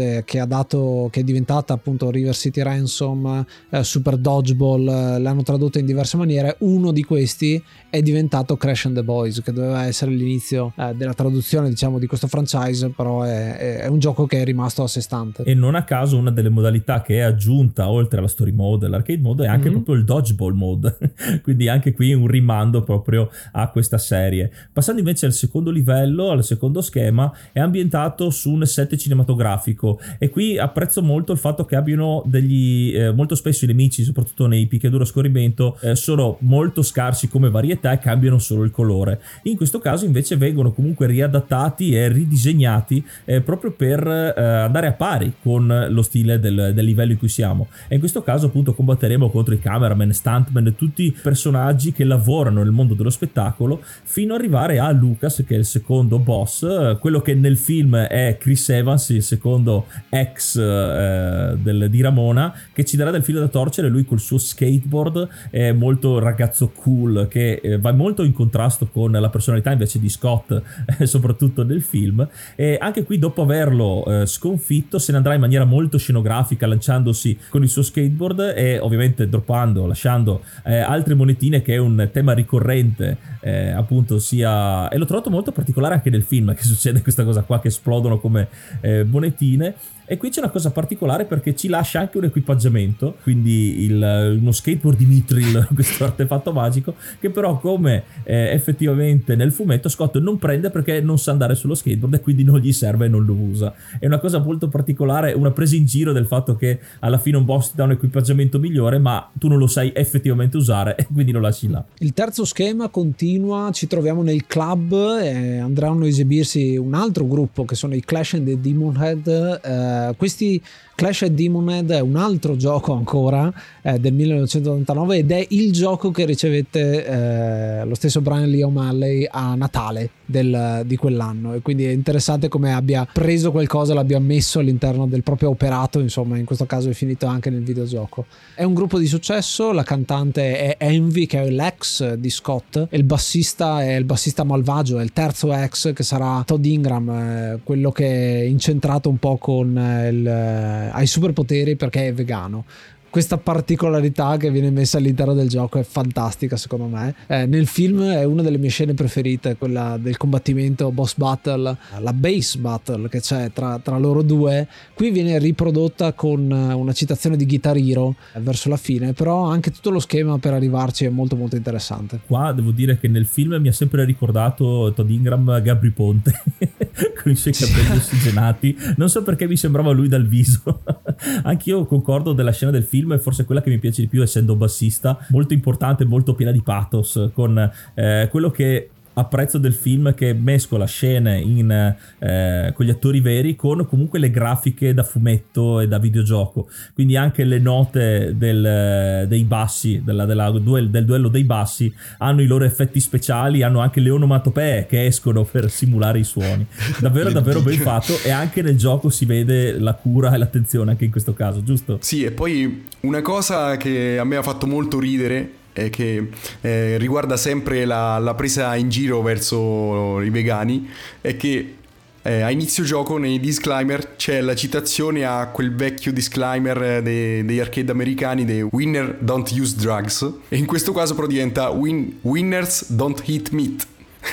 eh, che ha dato, che è diventata appunto River City Ransom, eh, Super Dodgeball, eh, l'hanno tradotta in diverse maniere. Uno di questi è diventato Crash and the Boys, che doveva essere l'inizio eh, della traduzione, diciamo, di questo franchise, però è, è un gioco che è rimasto a sé stante. E non a caso una delle modalità che è aggiunta oltre alla story mode e l'arcade mode è anche mm-hmm. proprio il dodgeball mode, quindi anche qui un rimando proprio a questa serie. Passando invece al secondo livello, al secondo schema, è ambientato su un set cinematografico, e qui apprezzo molto il fatto che abbiano degli eh, molto spesso i nemici, soprattutto nei picchiaduro a scorrimento, eh, sono molto scarsi come varietà e cambiano solo il colore. In questo caso invece vengono comunque riadattati e ridisegnati eh, proprio per eh, andare a pari con lo stile del, del livello in cui siamo, e in questo caso appunto combatteremo contro i cameraman, stuntman, tutti i personaggi che lavorano nel mondo dello spettacolo, fino ad arrivare a Lucas, che è il secondo boss, quello che nel film è Chris Evans, il secondo ex eh, del, di Ramona, che ci darà del filo da torcere. Lui col suo skateboard è molto ragazzo cool, che eh, va molto in contrasto con la personalità invece di Scott, eh, soprattutto nel film. E anche qui, dopo averlo eh, sconfitto, se ne andrà in maniera molto scenografica, lanciandosi con il suo skateboard e ovviamente droppando, lasciando eh, altre monetine, che è un tema ricorrente eh, appunto sia, e l'ho trovato molto particolare anche nel film, che succede questa cosa qua, che esplodono come eh, monetine. E qui c'è una cosa particolare, perché ci lascia anche un equipaggiamento, quindi il, uno skateboard di Mithril, questo artefatto magico, che però come eh, effettivamente nel fumetto Scott non prende perché non sa andare sullo skateboard e quindi non gli serve e non lo usa. È una cosa molto particolare, una presa in giro del fatto che alla fine un boss ti dà un equipaggiamento migliore, ma tu non lo sai effettivamente usare e quindi lo lasci là. Il terzo schema continua, ci troviamo nel club e andranno a esibirsi un altro gruppo, che sono i Clash and the Demonhead. eh, Questi Clash and Demonhead è un altro gioco ancora eh, del millenovecentottantanove, ed è il gioco che ricevette eh, lo stesso Brian Lee O'Malley a Natale del, di quell'anno, e quindi è interessante come abbia preso qualcosa, l'abbia messo all'interno del proprio operato, insomma in questo caso è finito anche nel videogioco. È un gruppo di successo, la cantante è Envy, che è l'ex di Scott, e il bassista è il bassista malvagio, è il terzo ex, che sarà Todd Ingram, eh, quello che è incentrato un po' con il, eh, ai superpoteri perché è vegano. Questa particolarità che viene messa all'interno del gioco è fantastica, secondo me. Eh, nel film è una delle mie scene preferite, quella del combattimento boss battle, la base battle che c'è tra, tra loro due. Qui viene riprodotta con una citazione di Guitar Hero verso la fine, però anche tutto lo schema per arrivarci è molto molto interessante. Qua devo dire che nel film mi ha sempre ricordato Todd Ingram Gabri Ponte con i suoi capelli ossigenati, non so perché mi sembrava lui dal viso. Anch'io concordo della scena del film, è forse quella che mi piace di più, essendo bassista, molto importante, molto piena di pathos, con eh, quello che apprezzo del film, che mescola scene in, eh, con gli attori veri con comunque le grafiche da fumetto e da videogioco, quindi anche le note del, dei bassi della, della duel, del duello dei bassi hanno i loro effetti speciali, hanno anche le onomatopee che escono per simulare i suoni. Davvero davvero ben fatto, e anche nel gioco si vede la cura e l'attenzione anche in questo caso, giusto? Sì, e poi una cosa che a me ha fatto molto ridere è che eh, riguarda sempre la, la presa in giro verso i vegani, è che eh, a inizio gioco nei disclaimer c'è la citazione a quel vecchio disclaimer de, degli arcade americani dei winner don't use drugs, e in questo caso però diventa win, winners don't eat meat,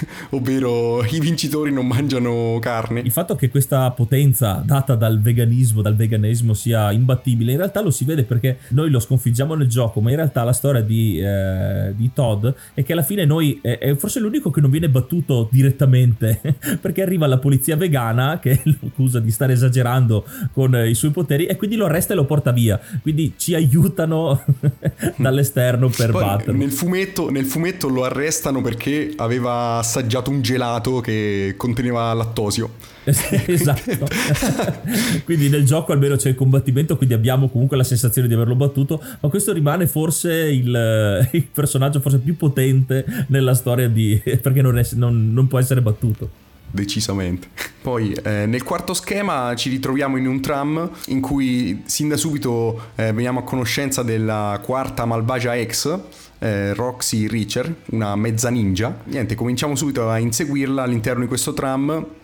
ovvero i vincitori non mangiano carne. Il fatto che questa potenza data dal veganismo, dal veganesimo sia imbattibile, in realtà lo si vede perché noi lo sconfiggiamo nel gioco, ma in realtà la storia di, eh, di Todd è che alla fine noi è, è forse l'unico che non viene battuto direttamente perché arriva la polizia vegana che lo accusa di stare esagerando con i suoi poteri, e quindi lo arresta e lo porta via, quindi ci aiutano dall'esterno per Poi, batterlo. Nel fumetto, nel fumetto lo arrestano perché aveva assaggiato un gelato che conteneva lattosio. Esatto. Quindi nel gioco almeno c'è il combattimento, quindi abbiamo comunque la sensazione di averlo battuto, ma questo rimane forse il, il personaggio forse più potente nella storia di perché non, è, non, non può essere battuto. Decisamente. Poi eh, nel quarto schema ci ritroviamo in un tram in cui sin da subito eh, veniamo a conoscenza della quarta malvagia ex, eh, Roxy Reacher, una mezza ninja. Niente, cominciamo subito a inseguirla all'interno di questo tram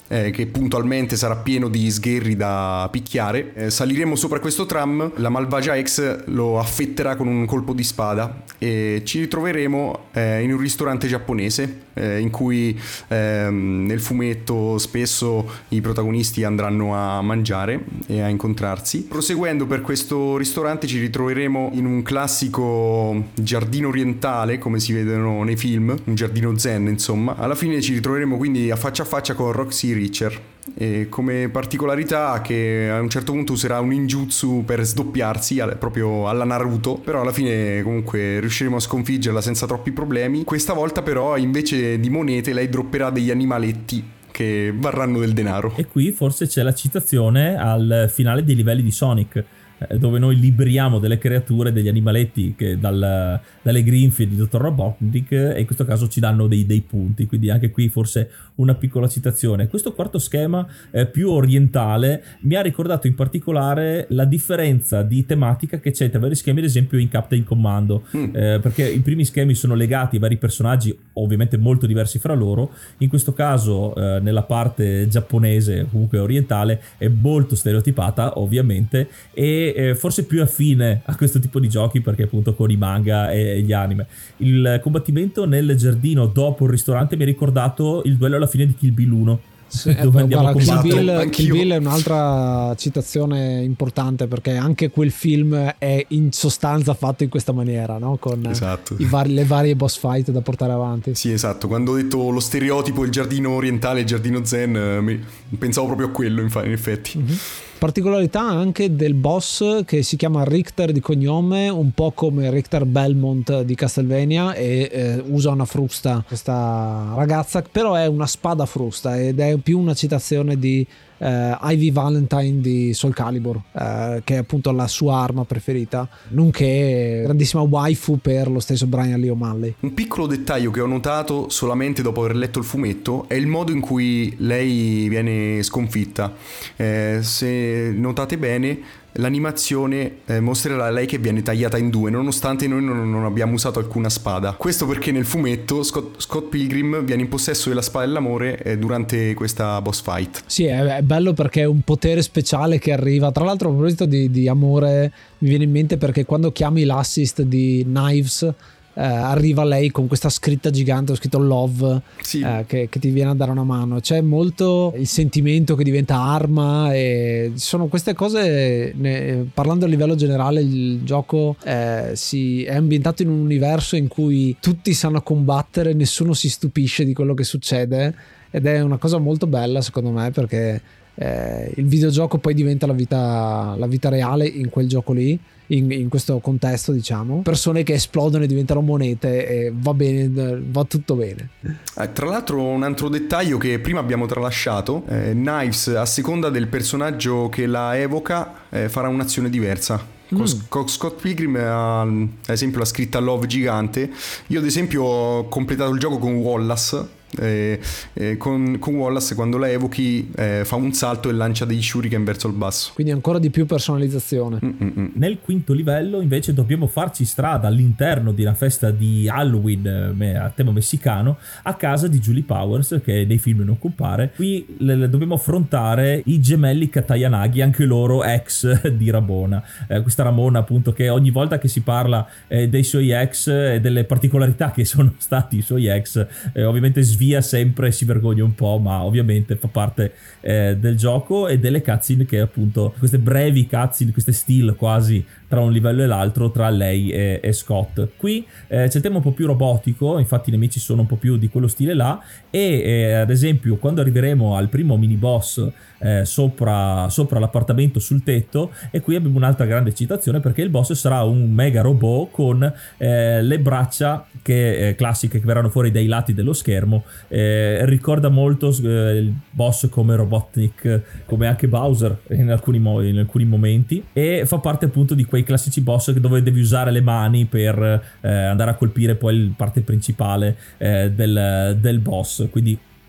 eh, che puntualmente sarà pieno di sgherri da picchiare. Eh, saliremo sopra questo tram, la malvagia ex lo affetterà con un colpo di spada e ci ritroveremo eh, in un ristorante giapponese eh, in cui eh, nel fumetto spesso i protagonisti andranno a mangiare e a incontrarsi. Proseguendo per questo ristorante ci ritroveremo in un classico giardino orientale, come si vedono nei film, un giardino zen insomma. Alla fine ci ritroveremo quindi a faccia a faccia con Roxy Richer, e come particolarità che a un certo punto userà un ninjutsu per sdoppiarsi proprio alla Naruto, però alla fine comunque riusciremo a sconfiggerla senza troppi problemi. Questa volta però invece di monete lei dropperà degli animaletti che varranno del denaro. E qui forse c'è la citazione al finale dei livelli di Sonic, dove noi liberiamo delle creature, degli animaletti che dal, dalle grinfie di dottor Robotnik, e in questo caso ci danno dei, dei punti, quindi anche qui forse una piccola citazione. Questo quarto schema eh, più orientale mi ha ricordato in particolare la differenza di tematica che c'è tra vari schemi, ad esempio in Captain Commando, mm. eh, perché i primi schemi sono legati ai vari personaggi ovviamente molto diversi fra loro. In questo caso eh, nella parte giapponese, comunque orientale, è molto stereotipata ovviamente, e Eh, forse più affine a questo tipo di giochi perché appunto con i manga e, e gli anime. Il combattimento nel giardino dopo il ristorante mi ha ricordato il duello alla fine di Kill Bill uno. Sì, dove eh, andiamo guarda, a Kill Bill, Kill Bill è un'altra citazione importante perché anche quel film è in sostanza fatto in questa maniera, no? Con esatto. i vari, le varie boss fight da portare avanti. Sì, esatto. Quando ho detto lo stereotipo il giardino orientale, il giardino zen, mi... pensavo proprio a quello in effetti. Mm-hmm. Particolarità anche del boss che si chiama Richter di cognome, un po' come Richter Belmont di Castlevania, e eh, usa una frusta questa ragazza, però è una spada frusta ed è più una citazione di eh, Ivy Valentine di Soul Calibur, eh, che è appunto la sua arma preferita, nonché grandissima waifu per lo stesso Brian Lee O'Malley. Un piccolo dettaglio che ho notato solamente dopo aver letto il fumetto è il modo in cui lei viene sconfitta. Eh, se notate bene, l'animazione eh, mostrerà lei che viene tagliata in due, nonostante noi non, non abbiamo usato alcuna spada. Questo perché nel fumetto Scott, Scott Pilgrim viene in possesso della spada dell'amore eh, durante questa boss fight. Sì, è, è bello perché è un potere speciale che arriva. Tra l'altro, a proposito di, di amore, mi viene in mente perché quando chiami l'assist di Knives Eh, arriva lei con questa scritta gigante, ho scritto love, sì. eh, che, che ti viene a dare una mano. C'è molto il sentimento che diventa arma, e sono queste cose. Ne, parlando a livello generale, il gioco eh, si è ambientato in un universo in cui tutti sanno combattere, nessuno si stupisce di quello che succede, ed è una cosa molto bella secondo me, perché eh, il videogioco poi diventa la vita, la vita reale in quel gioco lì. In, in questo contesto, diciamo, persone che esplodono e diventano monete, e va bene, va tutto bene. Eh, tra l'altro, un altro dettaglio che prima abbiamo tralasciato, eh, Knives, a seconda del personaggio che la evoca, eh, farà un'azione diversa. Con mm. Scott Pilgrim ha ad esempio la scritta love gigante. Io ad esempio ho completato il gioco con Wallace. Eh, eh, con, con Wallace, quando la evochi, eh, fa un salto e lancia dei shuriken verso il basso, quindi ancora di più personalizzazione. Mm-mm. Nel quinto livello invece dobbiamo farci strada all'interno di una festa di Halloween eh, a tema messicano, a casa di Julie Powers, che nei film non compare. Qui le, le dobbiamo affrontare i gemelli Katayanagi, anche loro ex di Ramona, eh, questa Ramona appunto che ogni volta che si parla eh, dei suoi ex e delle particolarità che sono stati i suoi ex, eh, ovviamente svia sempre, si vergogna un po', ma ovviamente fa parte eh, del gioco e delle cutscene, che appunto queste brevi cutscene, queste still quasi tra un livello e l'altro tra lei e, e Scott. Qui eh, c'è il tema un po' più robotico, infatti i nemici sono un po' più di quello stile là, e eh, ad esempio quando arriveremo al primo mini boss eh, sopra, sopra l'appartamento sul tetto, e qui abbiamo un'altra grande citazione perché il boss sarà un mega robot con eh, le braccia che eh, classiche che verranno fuori dai lati dello schermo. Eh, ricorda molto eh, il boss come Robotnik, come anche Bowser in alcuni, mo- in alcuni momenti, e fa parte appunto di quei classici boss dove devi usare le mani per eh, andare a colpire poi il parte principale eh, del, del boss. Quindi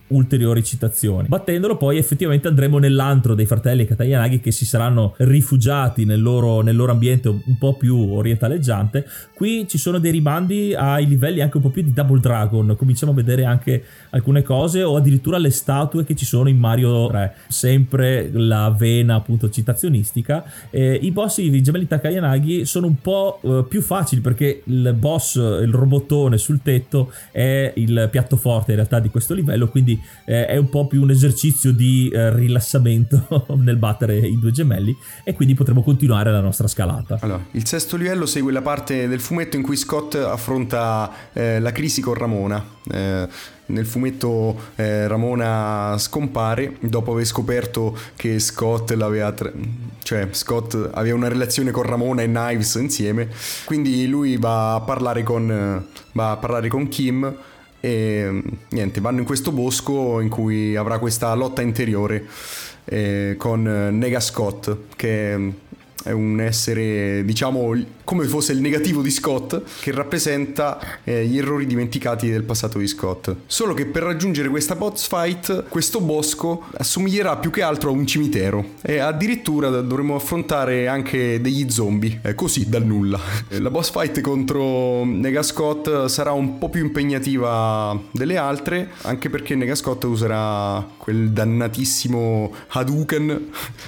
ulteriori citazioni. Battendolo poi effettivamente andremo nell'antro dei fratelli Katayanagi, che si saranno rifugiati nel loro, nel loro ambiente un po' più orientaleggiante. Qui ci sono dei rimandi ai livelli anche un po' più di Double Dragon, cominciamo a vedere anche alcune cose, o addirittura le statue che ci sono in Mario tre, sempre la vena appunto citazionistica. Eh, i boss di gemelli Takayanagi sono un po' eh, più facili, perché il boss, il robottone sul tetto, è il piatto forte in realtà di questo livello, quindi eh, è un po' più un esercizio di eh, rilassamento nel battere i due gemelli, e quindi potremo continuare la nostra scalata. Allora, il sesto livello segue la parte del fumetto in cui Scott affronta eh, la crisi con Ramona. Eh, nel fumetto eh, Ramona scompare dopo aver scoperto che Scott l'aveva tra... cioè Scott aveva una relazione con Ramona e Knives insieme, quindi lui va a parlare con va a parlare con Kim e niente, vanno in questo bosco in cui avrà questa lotta interiore eh, con Nega Scott, che è un essere, diciamo, come fosse il negativo di Scott, che rappresenta eh, gli errori dimenticati del passato di Scott. Solo che per raggiungere questa boss fight, questo bosco assomiglierà più che altro a un cimitero, e addirittura dovremo affrontare anche degli zombie, eh, così dal nulla. La boss fight contro Nega Scott sarà un po' più impegnativa delle altre, anche perché Nega Scott userà quel dannatissimo Hadouken,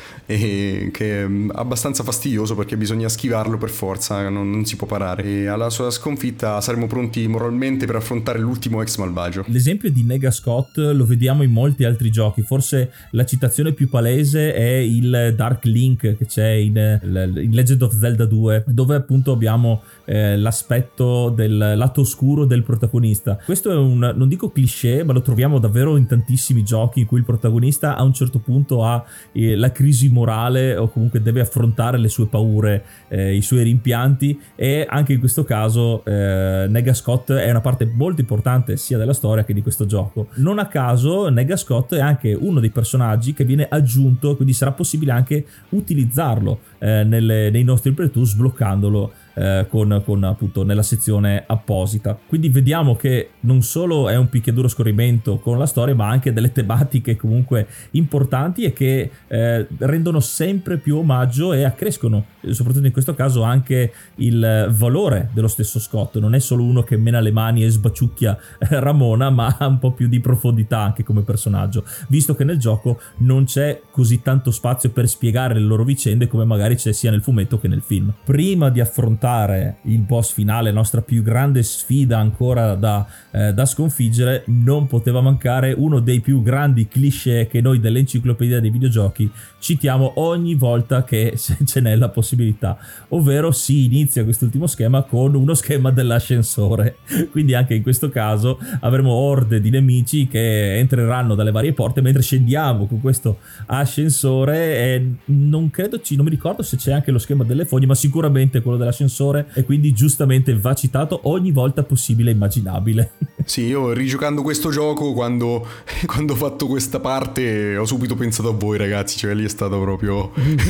e che è abbastanza fastidioso perché bisogna schivarlo per forza, non, non si può parare, e alla sua sconfitta saremo pronti moralmente per affrontare l'ultimo ex malvagio. L'esempio di Nega Scott lo vediamo in molti altri giochi, forse la citazione più palese è il Dark Link che c'è in, in Legend of Zelda due, dove appunto abbiamo eh, l'aspetto del lato oscuro del protagonista. Questo è un, non dico cliché, ma lo troviamo davvero in tantissimi giochi in cui il protagonista a un certo punto ha eh, la crisi morale, o comunque deve affrontare le sue paure, eh, i suoi rimpianti, e anche in questo caso eh, Nega Scott è una parte molto importante sia della storia che di questo gioco. Non a caso Nega Scott è anche uno dei personaggi che viene aggiunto, quindi sarà possibile anche utilizzarlo eh, nelle, nei nostri playthrough, sbloccandolo Eh, con, con appunto nella sezione apposita. Quindi vediamo che non solo è un picchiaduro scorrimento con la storia, ma anche delle tematiche comunque importanti e che eh, rendono sempre più omaggio e accrescono, soprattutto in questo caso, anche il valore dello stesso Scott. Non è solo uno che mena le mani e sbaciucchia eh, Ramona, ma ha un po' più di profondità anche come personaggio, visto che nel gioco non c'è così tanto spazio per spiegare le loro vicende come magari c'è sia nel fumetto che nel film. Prima di affrontare il boss finale, la nostra più grande sfida ancora da, eh, da sconfiggere, non poteva mancare uno dei più grandi cliché che noi dell'enciclopedia dei videogiochi citiamo ogni volta che ce n'è la possibilità, ovvero si inizia quest'ultimo schema con uno schema dell'ascensore. Quindi anche in questo caso avremo orde di nemici che entreranno dalle varie porte mentre scendiamo con questo ascensore, e non credo ci, non mi ricordo se c'è anche lo schema delle fogne, ma sicuramente quello dell'ascensore, e quindi giustamente va citato ogni volta possibile e immaginabile. Sì, io rigiocando questo gioco, quando, quando ho fatto questa parte, ho subito pensato a voi ragazzi, cioè lì è stato proprio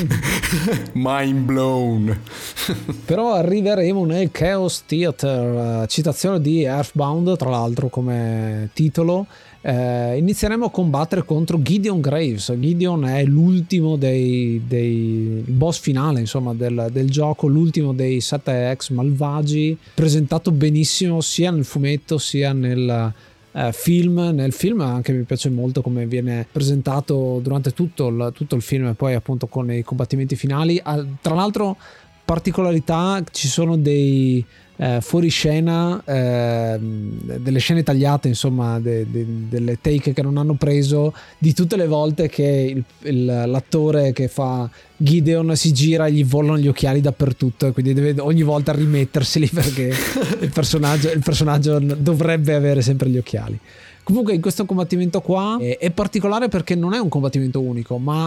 mind blown. Però arriveremo nel Chaos Theater, citazione di Earthbound tra l'altro come titolo. Eh, inizieremo a combattere contro Gideon Graves. Gideon è l'ultimo dei, dei boss finale, insomma, del, del gioco, l'ultimo dei sette ex malvagi, presentato benissimo sia nel fumetto sia nel eh, film. Nel film anche mi piace molto come viene presentato durante tutto il, tutto il film, e poi appunto con i combattimenti finali. Ah, tra l'altro, particolarità, ci sono dei Eh, fuori scena, eh, delle scene tagliate, insomma, de, de, delle take che non hanno preso, di tutte le volte che il, il, l'attore che fa Gideon si gira e gli volano gli occhiali dappertutto, e quindi deve ogni volta rimetterseli perché il personaggio, il personaggio dovrebbe avere sempre gli occhiali. Comunque in questo combattimento qua è, è particolare perché non è un combattimento unico, ma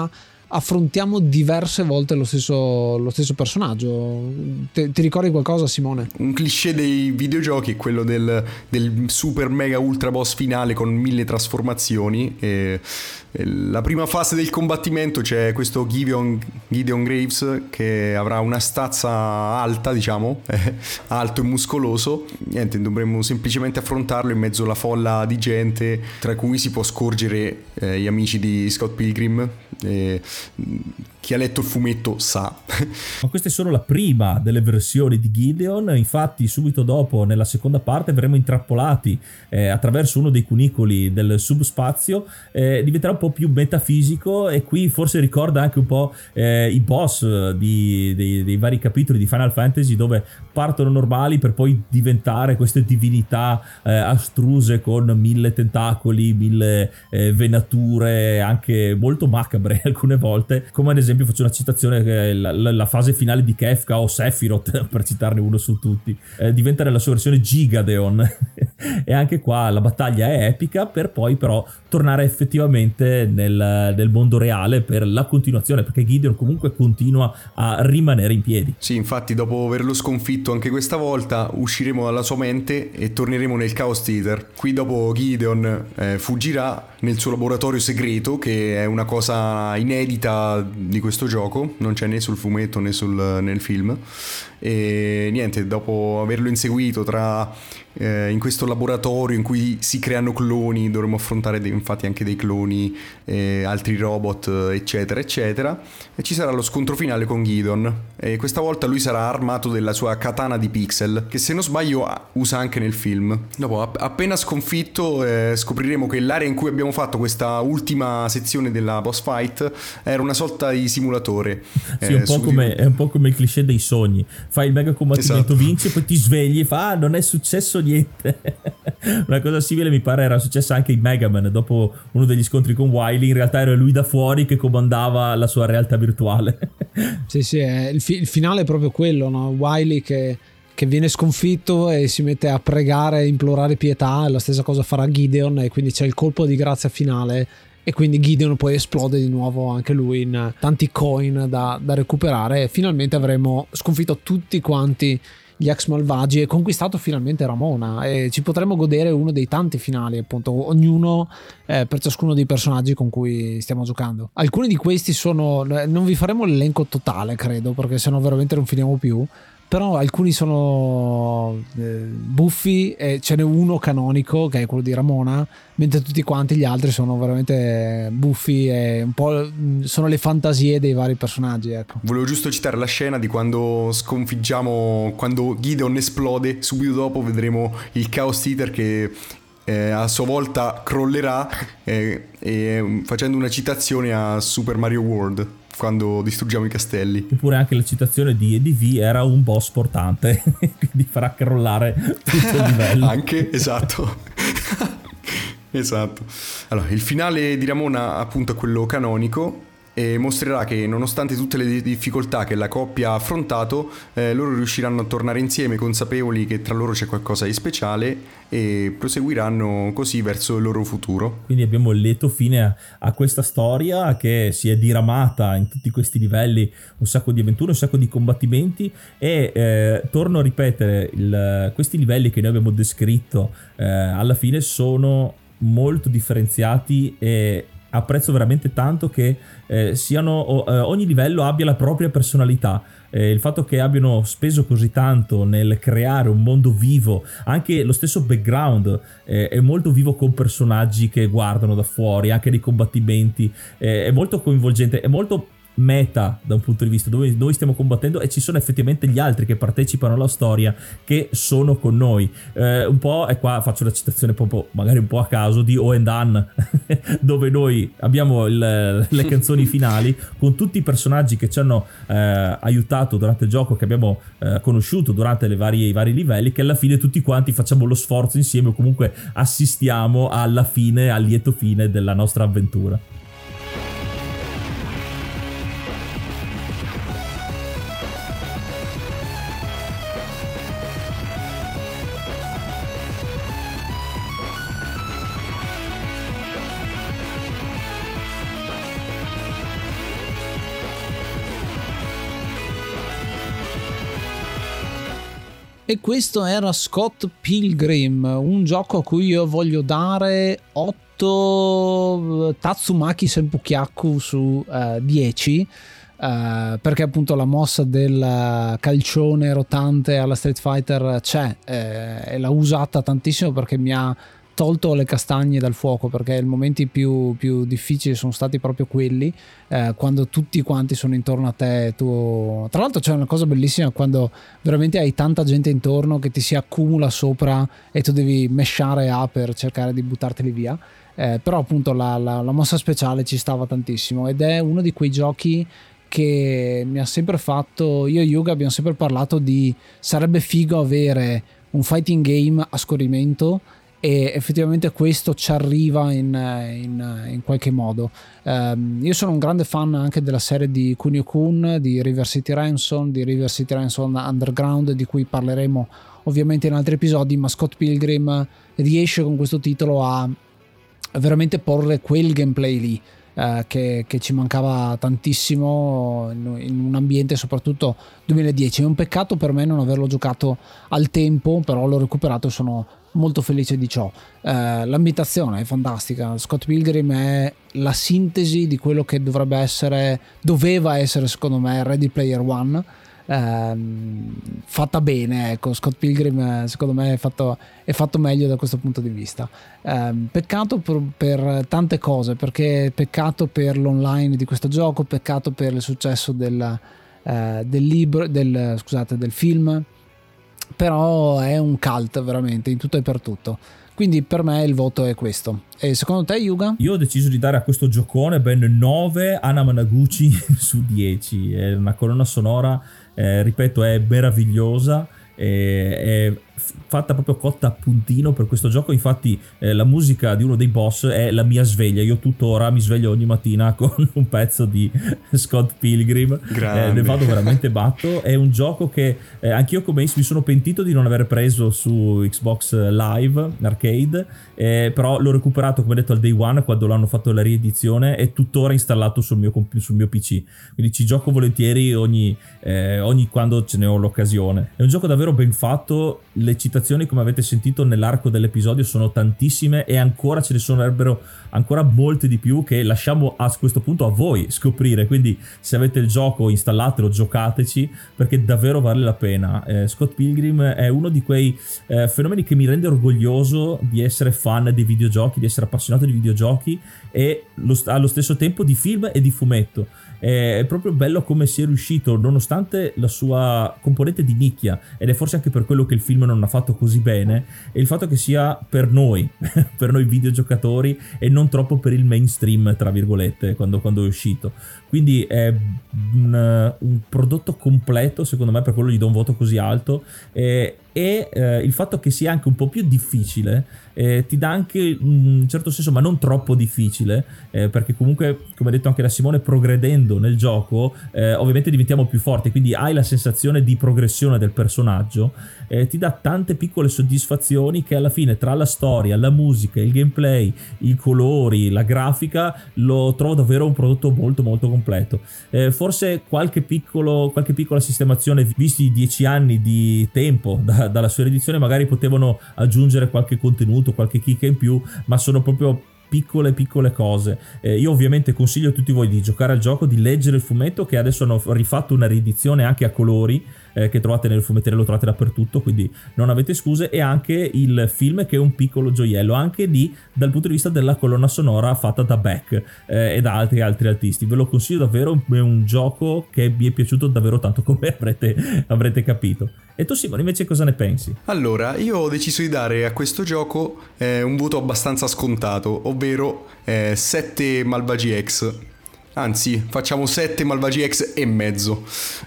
affrontiamo diverse volte lo stesso, lo stesso personaggio. Ti, ti ricordi qualcosa, Simone? Un cliché dei videogiochi è quello del, del super mega ultra boss finale con mille trasformazioni. E, e la prima fase del combattimento c'è questo Gideon, Gideon Graves che avrà una stazza alta, diciamo, eh, alto e muscoloso. Niente, dovremmo semplicemente affrontarlo in mezzo alla folla di gente, tra cui si può scorgere eh, gli amici di Scott Pilgrim. Eh, chi ha letto il fumetto sa. Ma questa è solo la prima delle versioni di Gideon. Infatti subito dopo, nella seconda parte, verremo intrappolati eh, attraverso uno dei cunicoli del subspazio. eh, diventerà un po' più metafisico, e qui forse ricorda anche un po' eh, i boss di, dei, dei vari capitoli di Final Fantasy, dove partono normali per poi diventare queste divinità eh, astruse con mille tentacoli, mille eh, venature, anche molto macabre alcune volte, come ad esempio faccio una citazione, che la, la, la fase finale di Kefka o Sephiroth, per citarne uno su tutti, eh, diventa nella sua versione Gigadeon. E anche qua la battaglia è epica, per poi però tornare effettivamente nel, nel mondo reale per la continuazione, perché Gideon comunque continua a rimanere in piedi. Sì, infatti dopo averlo sconfitto anche questa volta usciremo dalla sua mente e torneremo nel Chaos Theater. Qui dopo Gideon eh, fuggirà nel suo laboratorio segreto, che è una cosa inedita di questo gioco, non c'è né sul fumetto né sul, nel film. E niente, dopo averlo inseguito tra eh, in questo laboratorio in cui si creano cloni, dovremo affrontare dei, infatti anche dei cloni, eh, altri robot, eccetera eccetera, e ci sarà lo scontro finale con Gideon, e questa volta lui sarà armato della sua katana di pixel, che se non sbaglio usa anche nel film. Dopo, appena sconfitto, eh, scopriremo che l'area in cui abbiamo fatto questa ultima sezione della boss fight era una sorta di simulatore. Sì, eh, un po' come, è un po' come il cliché dei sogni. Fai il mega combattimento, esatto, vinci, poi ti svegli e fa ah, non è successo niente. Una cosa simile mi pare era successa anche in Mega Man. Dopo uno degli scontri con Wily, in realtà era lui da fuori che comandava la sua realtà virtuale. Sì, sì, è il, fi- il finale è proprio quello, no? Wily che, che viene sconfitto e si mette a pregare, implorare pietà, e la stessa cosa farà Gideon, e quindi c'è il colpo di grazia finale. E quindi Gideon poi esplode di nuovo anche lui in tanti coin da, da recuperare, e finalmente avremo sconfitto tutti quanti gli ex malvagi e conquistato finalmente Ramona, e ci potremo godere uno dei tanti finali, appunto, ognuno eh, per ciascuno dei personaggi con cui stiamo giocando. Alcuni di questi sono, non vi faremo l'elenco totale credo, perché sennò veramente non finiamo più, però alcuni sono eh, buffi, e ce n'è uno canonico che è quello di Ramona, mentre tutti quanti gli altri sono veramente buffi e un po' sono le fantasie dei vari personaggi, ecco. Volevo giusto citare la scena di quando sconfiggiamo, quando Gideon esplode, subito dopo vedremo il Chaos Theater che eh, a sua volta crollerà, eh, eh, facendo una citazione a Super Mario World, quando distruggiamo i castelli. Eppure anche la citazione di E D V era un boss portante, quindi farà crollare tutto il livello. Anche, esatto. Esatto. Allora, il finale di Ramona appunto è quello canonico, e mostrerà che nonostante tutte le difficoltà che la coppia ha affrontato, eh, loro riusciranno a tornare insieme, consapevoli che tra loro c'è qualcosa di speciale, e proseguiranno così verso il loro futuro. Quindi abbiamo il lieto fine a, a questa storia che si è diramata in tutti questi livelli, un sacco di avventure, un sacco di combattimenti, e eh, torno a ripetere, il, questi livelli che noi abbiamo descritto eh, alla fine sono molto differenziati, e apprezzo veramente tanto che eh, siano eh, ogni livello abbia la propria personalità. Eh, il fatto che abbiano speso così tanto nel creare un mondo vivo, anche lo stesso background eh, è molto vivo, con personaggi che guardano da fuori, anche nei combattimenti, eh, è molto coinvolgente, è molto meta da un punto di vista dove noi stiamo combattendo, e ci sono effettivamente gli altri che partecipano alla storia, che sono con noi. Eh, un po', e qua faccio la citazione proprio magari un po' a caso, di O and Done, dove noi abbiamo il, le canzoni finali con tutti i personaggi che ci hanno eh, aiutato durante il gioco, che abbiamo eh, conosciuto durante le varie, i vari livelli, che alla fine tutti quanti facciamo lo sforzo insieme, o comunque assistiamo alla fine, al lieto fine della nostra avventura. E questo era Scott Pilgrim, un gioco a cui io voglio dare otto Tatsumaki Senpukyaku su uh, dieci, uh, perché appunto la mossa del calcione rotante alla Street Fighter c'è, eh, e l'ho usata tantissimo perché mi ha tolto le castagne dal fuoco, perché i momenti più, più difficili sono stati proprio quelli, eh, quando tutti quanti sono intorno a te. Tu... Tra l'altro c'è una cosa bellissima quando veramente hai tanta gente intorno che ti si accumula sopra e tu devi meshare A per cercare di buttarteli via, eh, però appunto la, la, la mossa speciale ci stava tantissimo, ed è uno di quei giochi che mi ha sempre fatto, io e Yuga abbiamo sempre parlato di sarebbe figo avere un fighting game a scorrimento, e effettivamente questo ci arriva in, in, in qualche modo. Um, io sono un grande fan anche della serie di Kunio-kun, di River City Ransom, di River City Ransom Underground, di cui parleremo ovviamente in altri episodi, ma Scott Pilgrim riesce con questo titolo a veramente porre quel gameplay lì, Uh, che, che ci mancava tantissimo in, in un ambiente soprattutto duemiladieci. È un peccato per me non averlo giocato al tempo, però l'ho recuperato e sono molto felice di ciò. Uh, l'ambientazione è fantastica. Scott Pilgrim è la sintesi di quello che dovrebbe essere, doveva essere secondo me Ready Player One, uh, fatta bene. Ecco, Scott Pilgrim secondo me è fatto, è fatto meglio da questo punto di vista. Uh, peccato per, per tante cose, perché peccato per l'online di questo gioco, peccato per il successo del, uh, del libro, del, scusate, del film, però è un cult veramente in tutto e per tutto. Quindi per me il voto è questo. E secondo te, Yuga? Io ho deciso di dare a questo giocone ben nove Anamanaguchi su dieci. È una colonna sonora, eh, ripeto, è meravigliosa, è fatta proprio cotta a puntino per questo gioco. Infatti eh, la musica di uno dei boss è la mia sveglia. Io tuttora mi sveglio ogni mattina con un pezzo di Scott Pilgrim, eh, ne vado veramente matto. È un gioco che eh, anch'io come Ace mi sono pentito di non aver preso su Xbox Live Arcade, eh, però l'ho recuperato come detto al day one quando l'hanno fatto la riedizione, è tuttora installato sul mio, sul mio P C, quindi ci gioco volentieri ogni, eh, ogni quando ce ne ho l'occasione. È un gioco davvero ben fatto. Le citazioni, come avete sentito nell'arco dell'episodio, sono tantissime e ancora ce ne sarebbero ancora molte di più che lasciamo a questo punto a voi scoprire. Quindi se avete il gioco installatelo, giocateci, perché davvero vale la pena. eh, Scott Pilgrim è uno di quei eh, fenomeni che mi rende orgoglioso di essere fan dei videogiochi, di essere appassionato di videogiochi e lo, allo stesso tempo di film e di fumetto. È proprio bello come si è riuscito, nonostante la sua componente di nicchia, ed è forse anche per quello che il film non ha fatto così bene, e il fatto che sia per noi per noi videogiocatori e non troppo per il mainstream, tra virgolette, quando, quando è uscito. Quindi è un, un prodotto completo, secondo me, per quello gli do un voto così alto. E, e eh, il fatto che sia anche un po' più difficile eh, ti dà anche un certo senso, ma non troppo difficile, eh, perché comunque, come ha detto anche da Simone, progredendo nel gioco eh, ovviamente diventiamo più forti, quindi hai la sensazione di progressione del personaggio, eh, ti dà tante piccole soddisfazioni che alla fine, tra la storia, la musica, il gameplay, i colori, la grafica, lo trovo davvero un prodotto molto molto completo. Eh, forse qualche piccolo qualche piccola sistemazione, visti i dieci anni di tempo da, dalla sua edizione, magari potevano aggiungere qualche contenuto, qualche chicca in più, ma sono proprio piccole piccole cose. Eh, io ovviamente consiglio a tutti voi di giocare al gioco, di leggere il fumetto, che adesso hanno rifatto una riedizione anche a colori, eh, che trovate nel fumetteria, lo trovate dappertutto, quindi non avete scuse, e anche il film, che è un piccolo gioiello anche lì dal punto di vista della colonna sonora fatta da Beck eh, e da altri altri artisti. Ve lo consiglio davvero, è un gioco che mi è piaciuto davvero tanto, come avrete, avrete capito. E tu, Simone, invece cosa ne pensi? Allora, io ho deciso di dare a questo gioco eh, un voto abbastanza scontato, ovvero eh, sette Malvagi X. Anzi, facciamo sette Malvagi X e mezzo.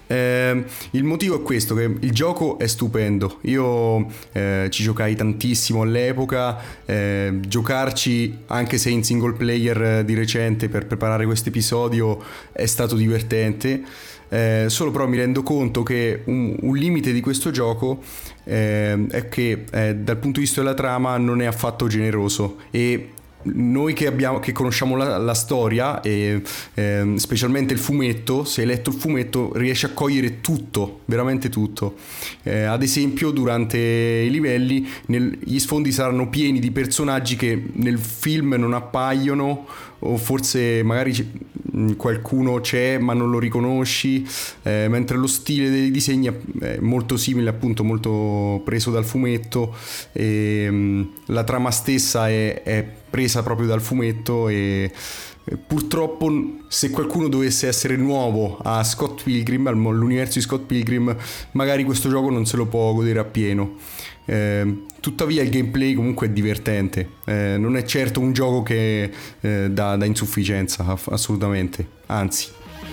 Eh, il motivo è questo, che il gioco è stupendo. Io eh, ci giocai tantissimo all'epoca, eh, giocarci anche se in single player di recente per preparare questo episodio è stato divertente. Eh, solo però mi rendo conto che un, un limite di questo gioco eh, è che eh, dal punto di vista della trama non è affatto generoso, e noi che, abbiamo, che conosciamo la, la storia e eh, specialmente il fumetto, se hai letto il fumetto riesci a cogliere tutto, veramente tutto. Eh, ad esempio durante i livelli nel, gli sfondi saranno pieni di personaggi che nel film non appaiono, o forse magari qualcuno c'è ma non lo riconosci, eh, mentre lo stile dei disegni è molto simile, appunto molto preso dal fumetto, e mh, la trama stessa è, è presa proprio dal fumetto, e purtroppo se qualcuno dovesse essere nuovo a Scott Pilgrim, all'universo di Scott Pilgrim, magari questo gioco non se lo può godere appieno. Eh, tuttavia il gameplay comunque è divertente, eh, non è certo un gioco che eh, dà, dà insufficienza, assolutamente, anzi.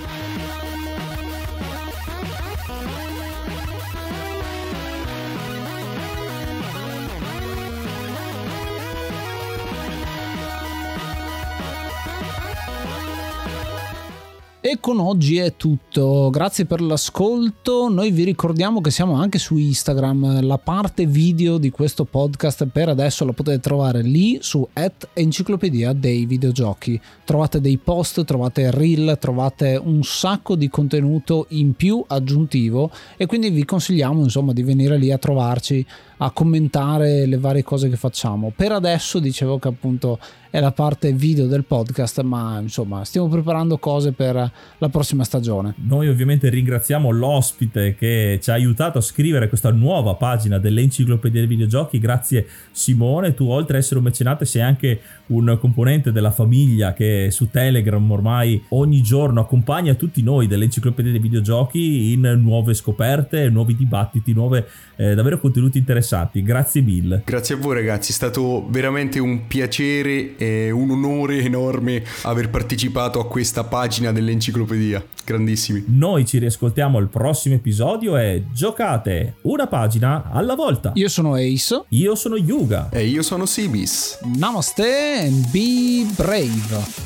E con oggi è tutto, grazie per l'ascolto. Noi vi ricordiamo che siamo anche su Instagram, la parte video di questo podcast per adesso la potete trovare lì su at enciclopedia dei videogiochi. Trovate dei post, trovate reel, trovate un sacco di contenuto in più aggiuntivo, e quindi vi consigliamo insomma di venire lì a trovarci, a commentare le varie cose che facciamo. Per adesso dicevo che appunto è la parte video del podcast, ma insomma stiamo preparando cose per la prossima stagione. Noi ovviamente ringraziamo l'ospite che ci ha aiutato a scrivere questa nuova pagina dell'Enciclopedia dei Videogiochi. Grazie Simone, tu oltre a essere un mecenate sei anche un componente della famiglia che su Telegram ormai ogni giorno accompagna tutti noi dell'Enciclopedia dei Videogiochi in nuove scoperte, nuovi dibattiti, nuove eh, davvero contenuti interessanti. Grazie mille. Grazie a voi ragazzi, è stato veramente un piacere e un onore enorme aver partecipato a questa pagina dell'enciclopedia. Grandissimi. Noi ci riascoltiamo al prossimo episodio e giocate una pagina alla volta. Io sono Ace. Io sono Yuga. E io sono Sibis. Namaste and be brave.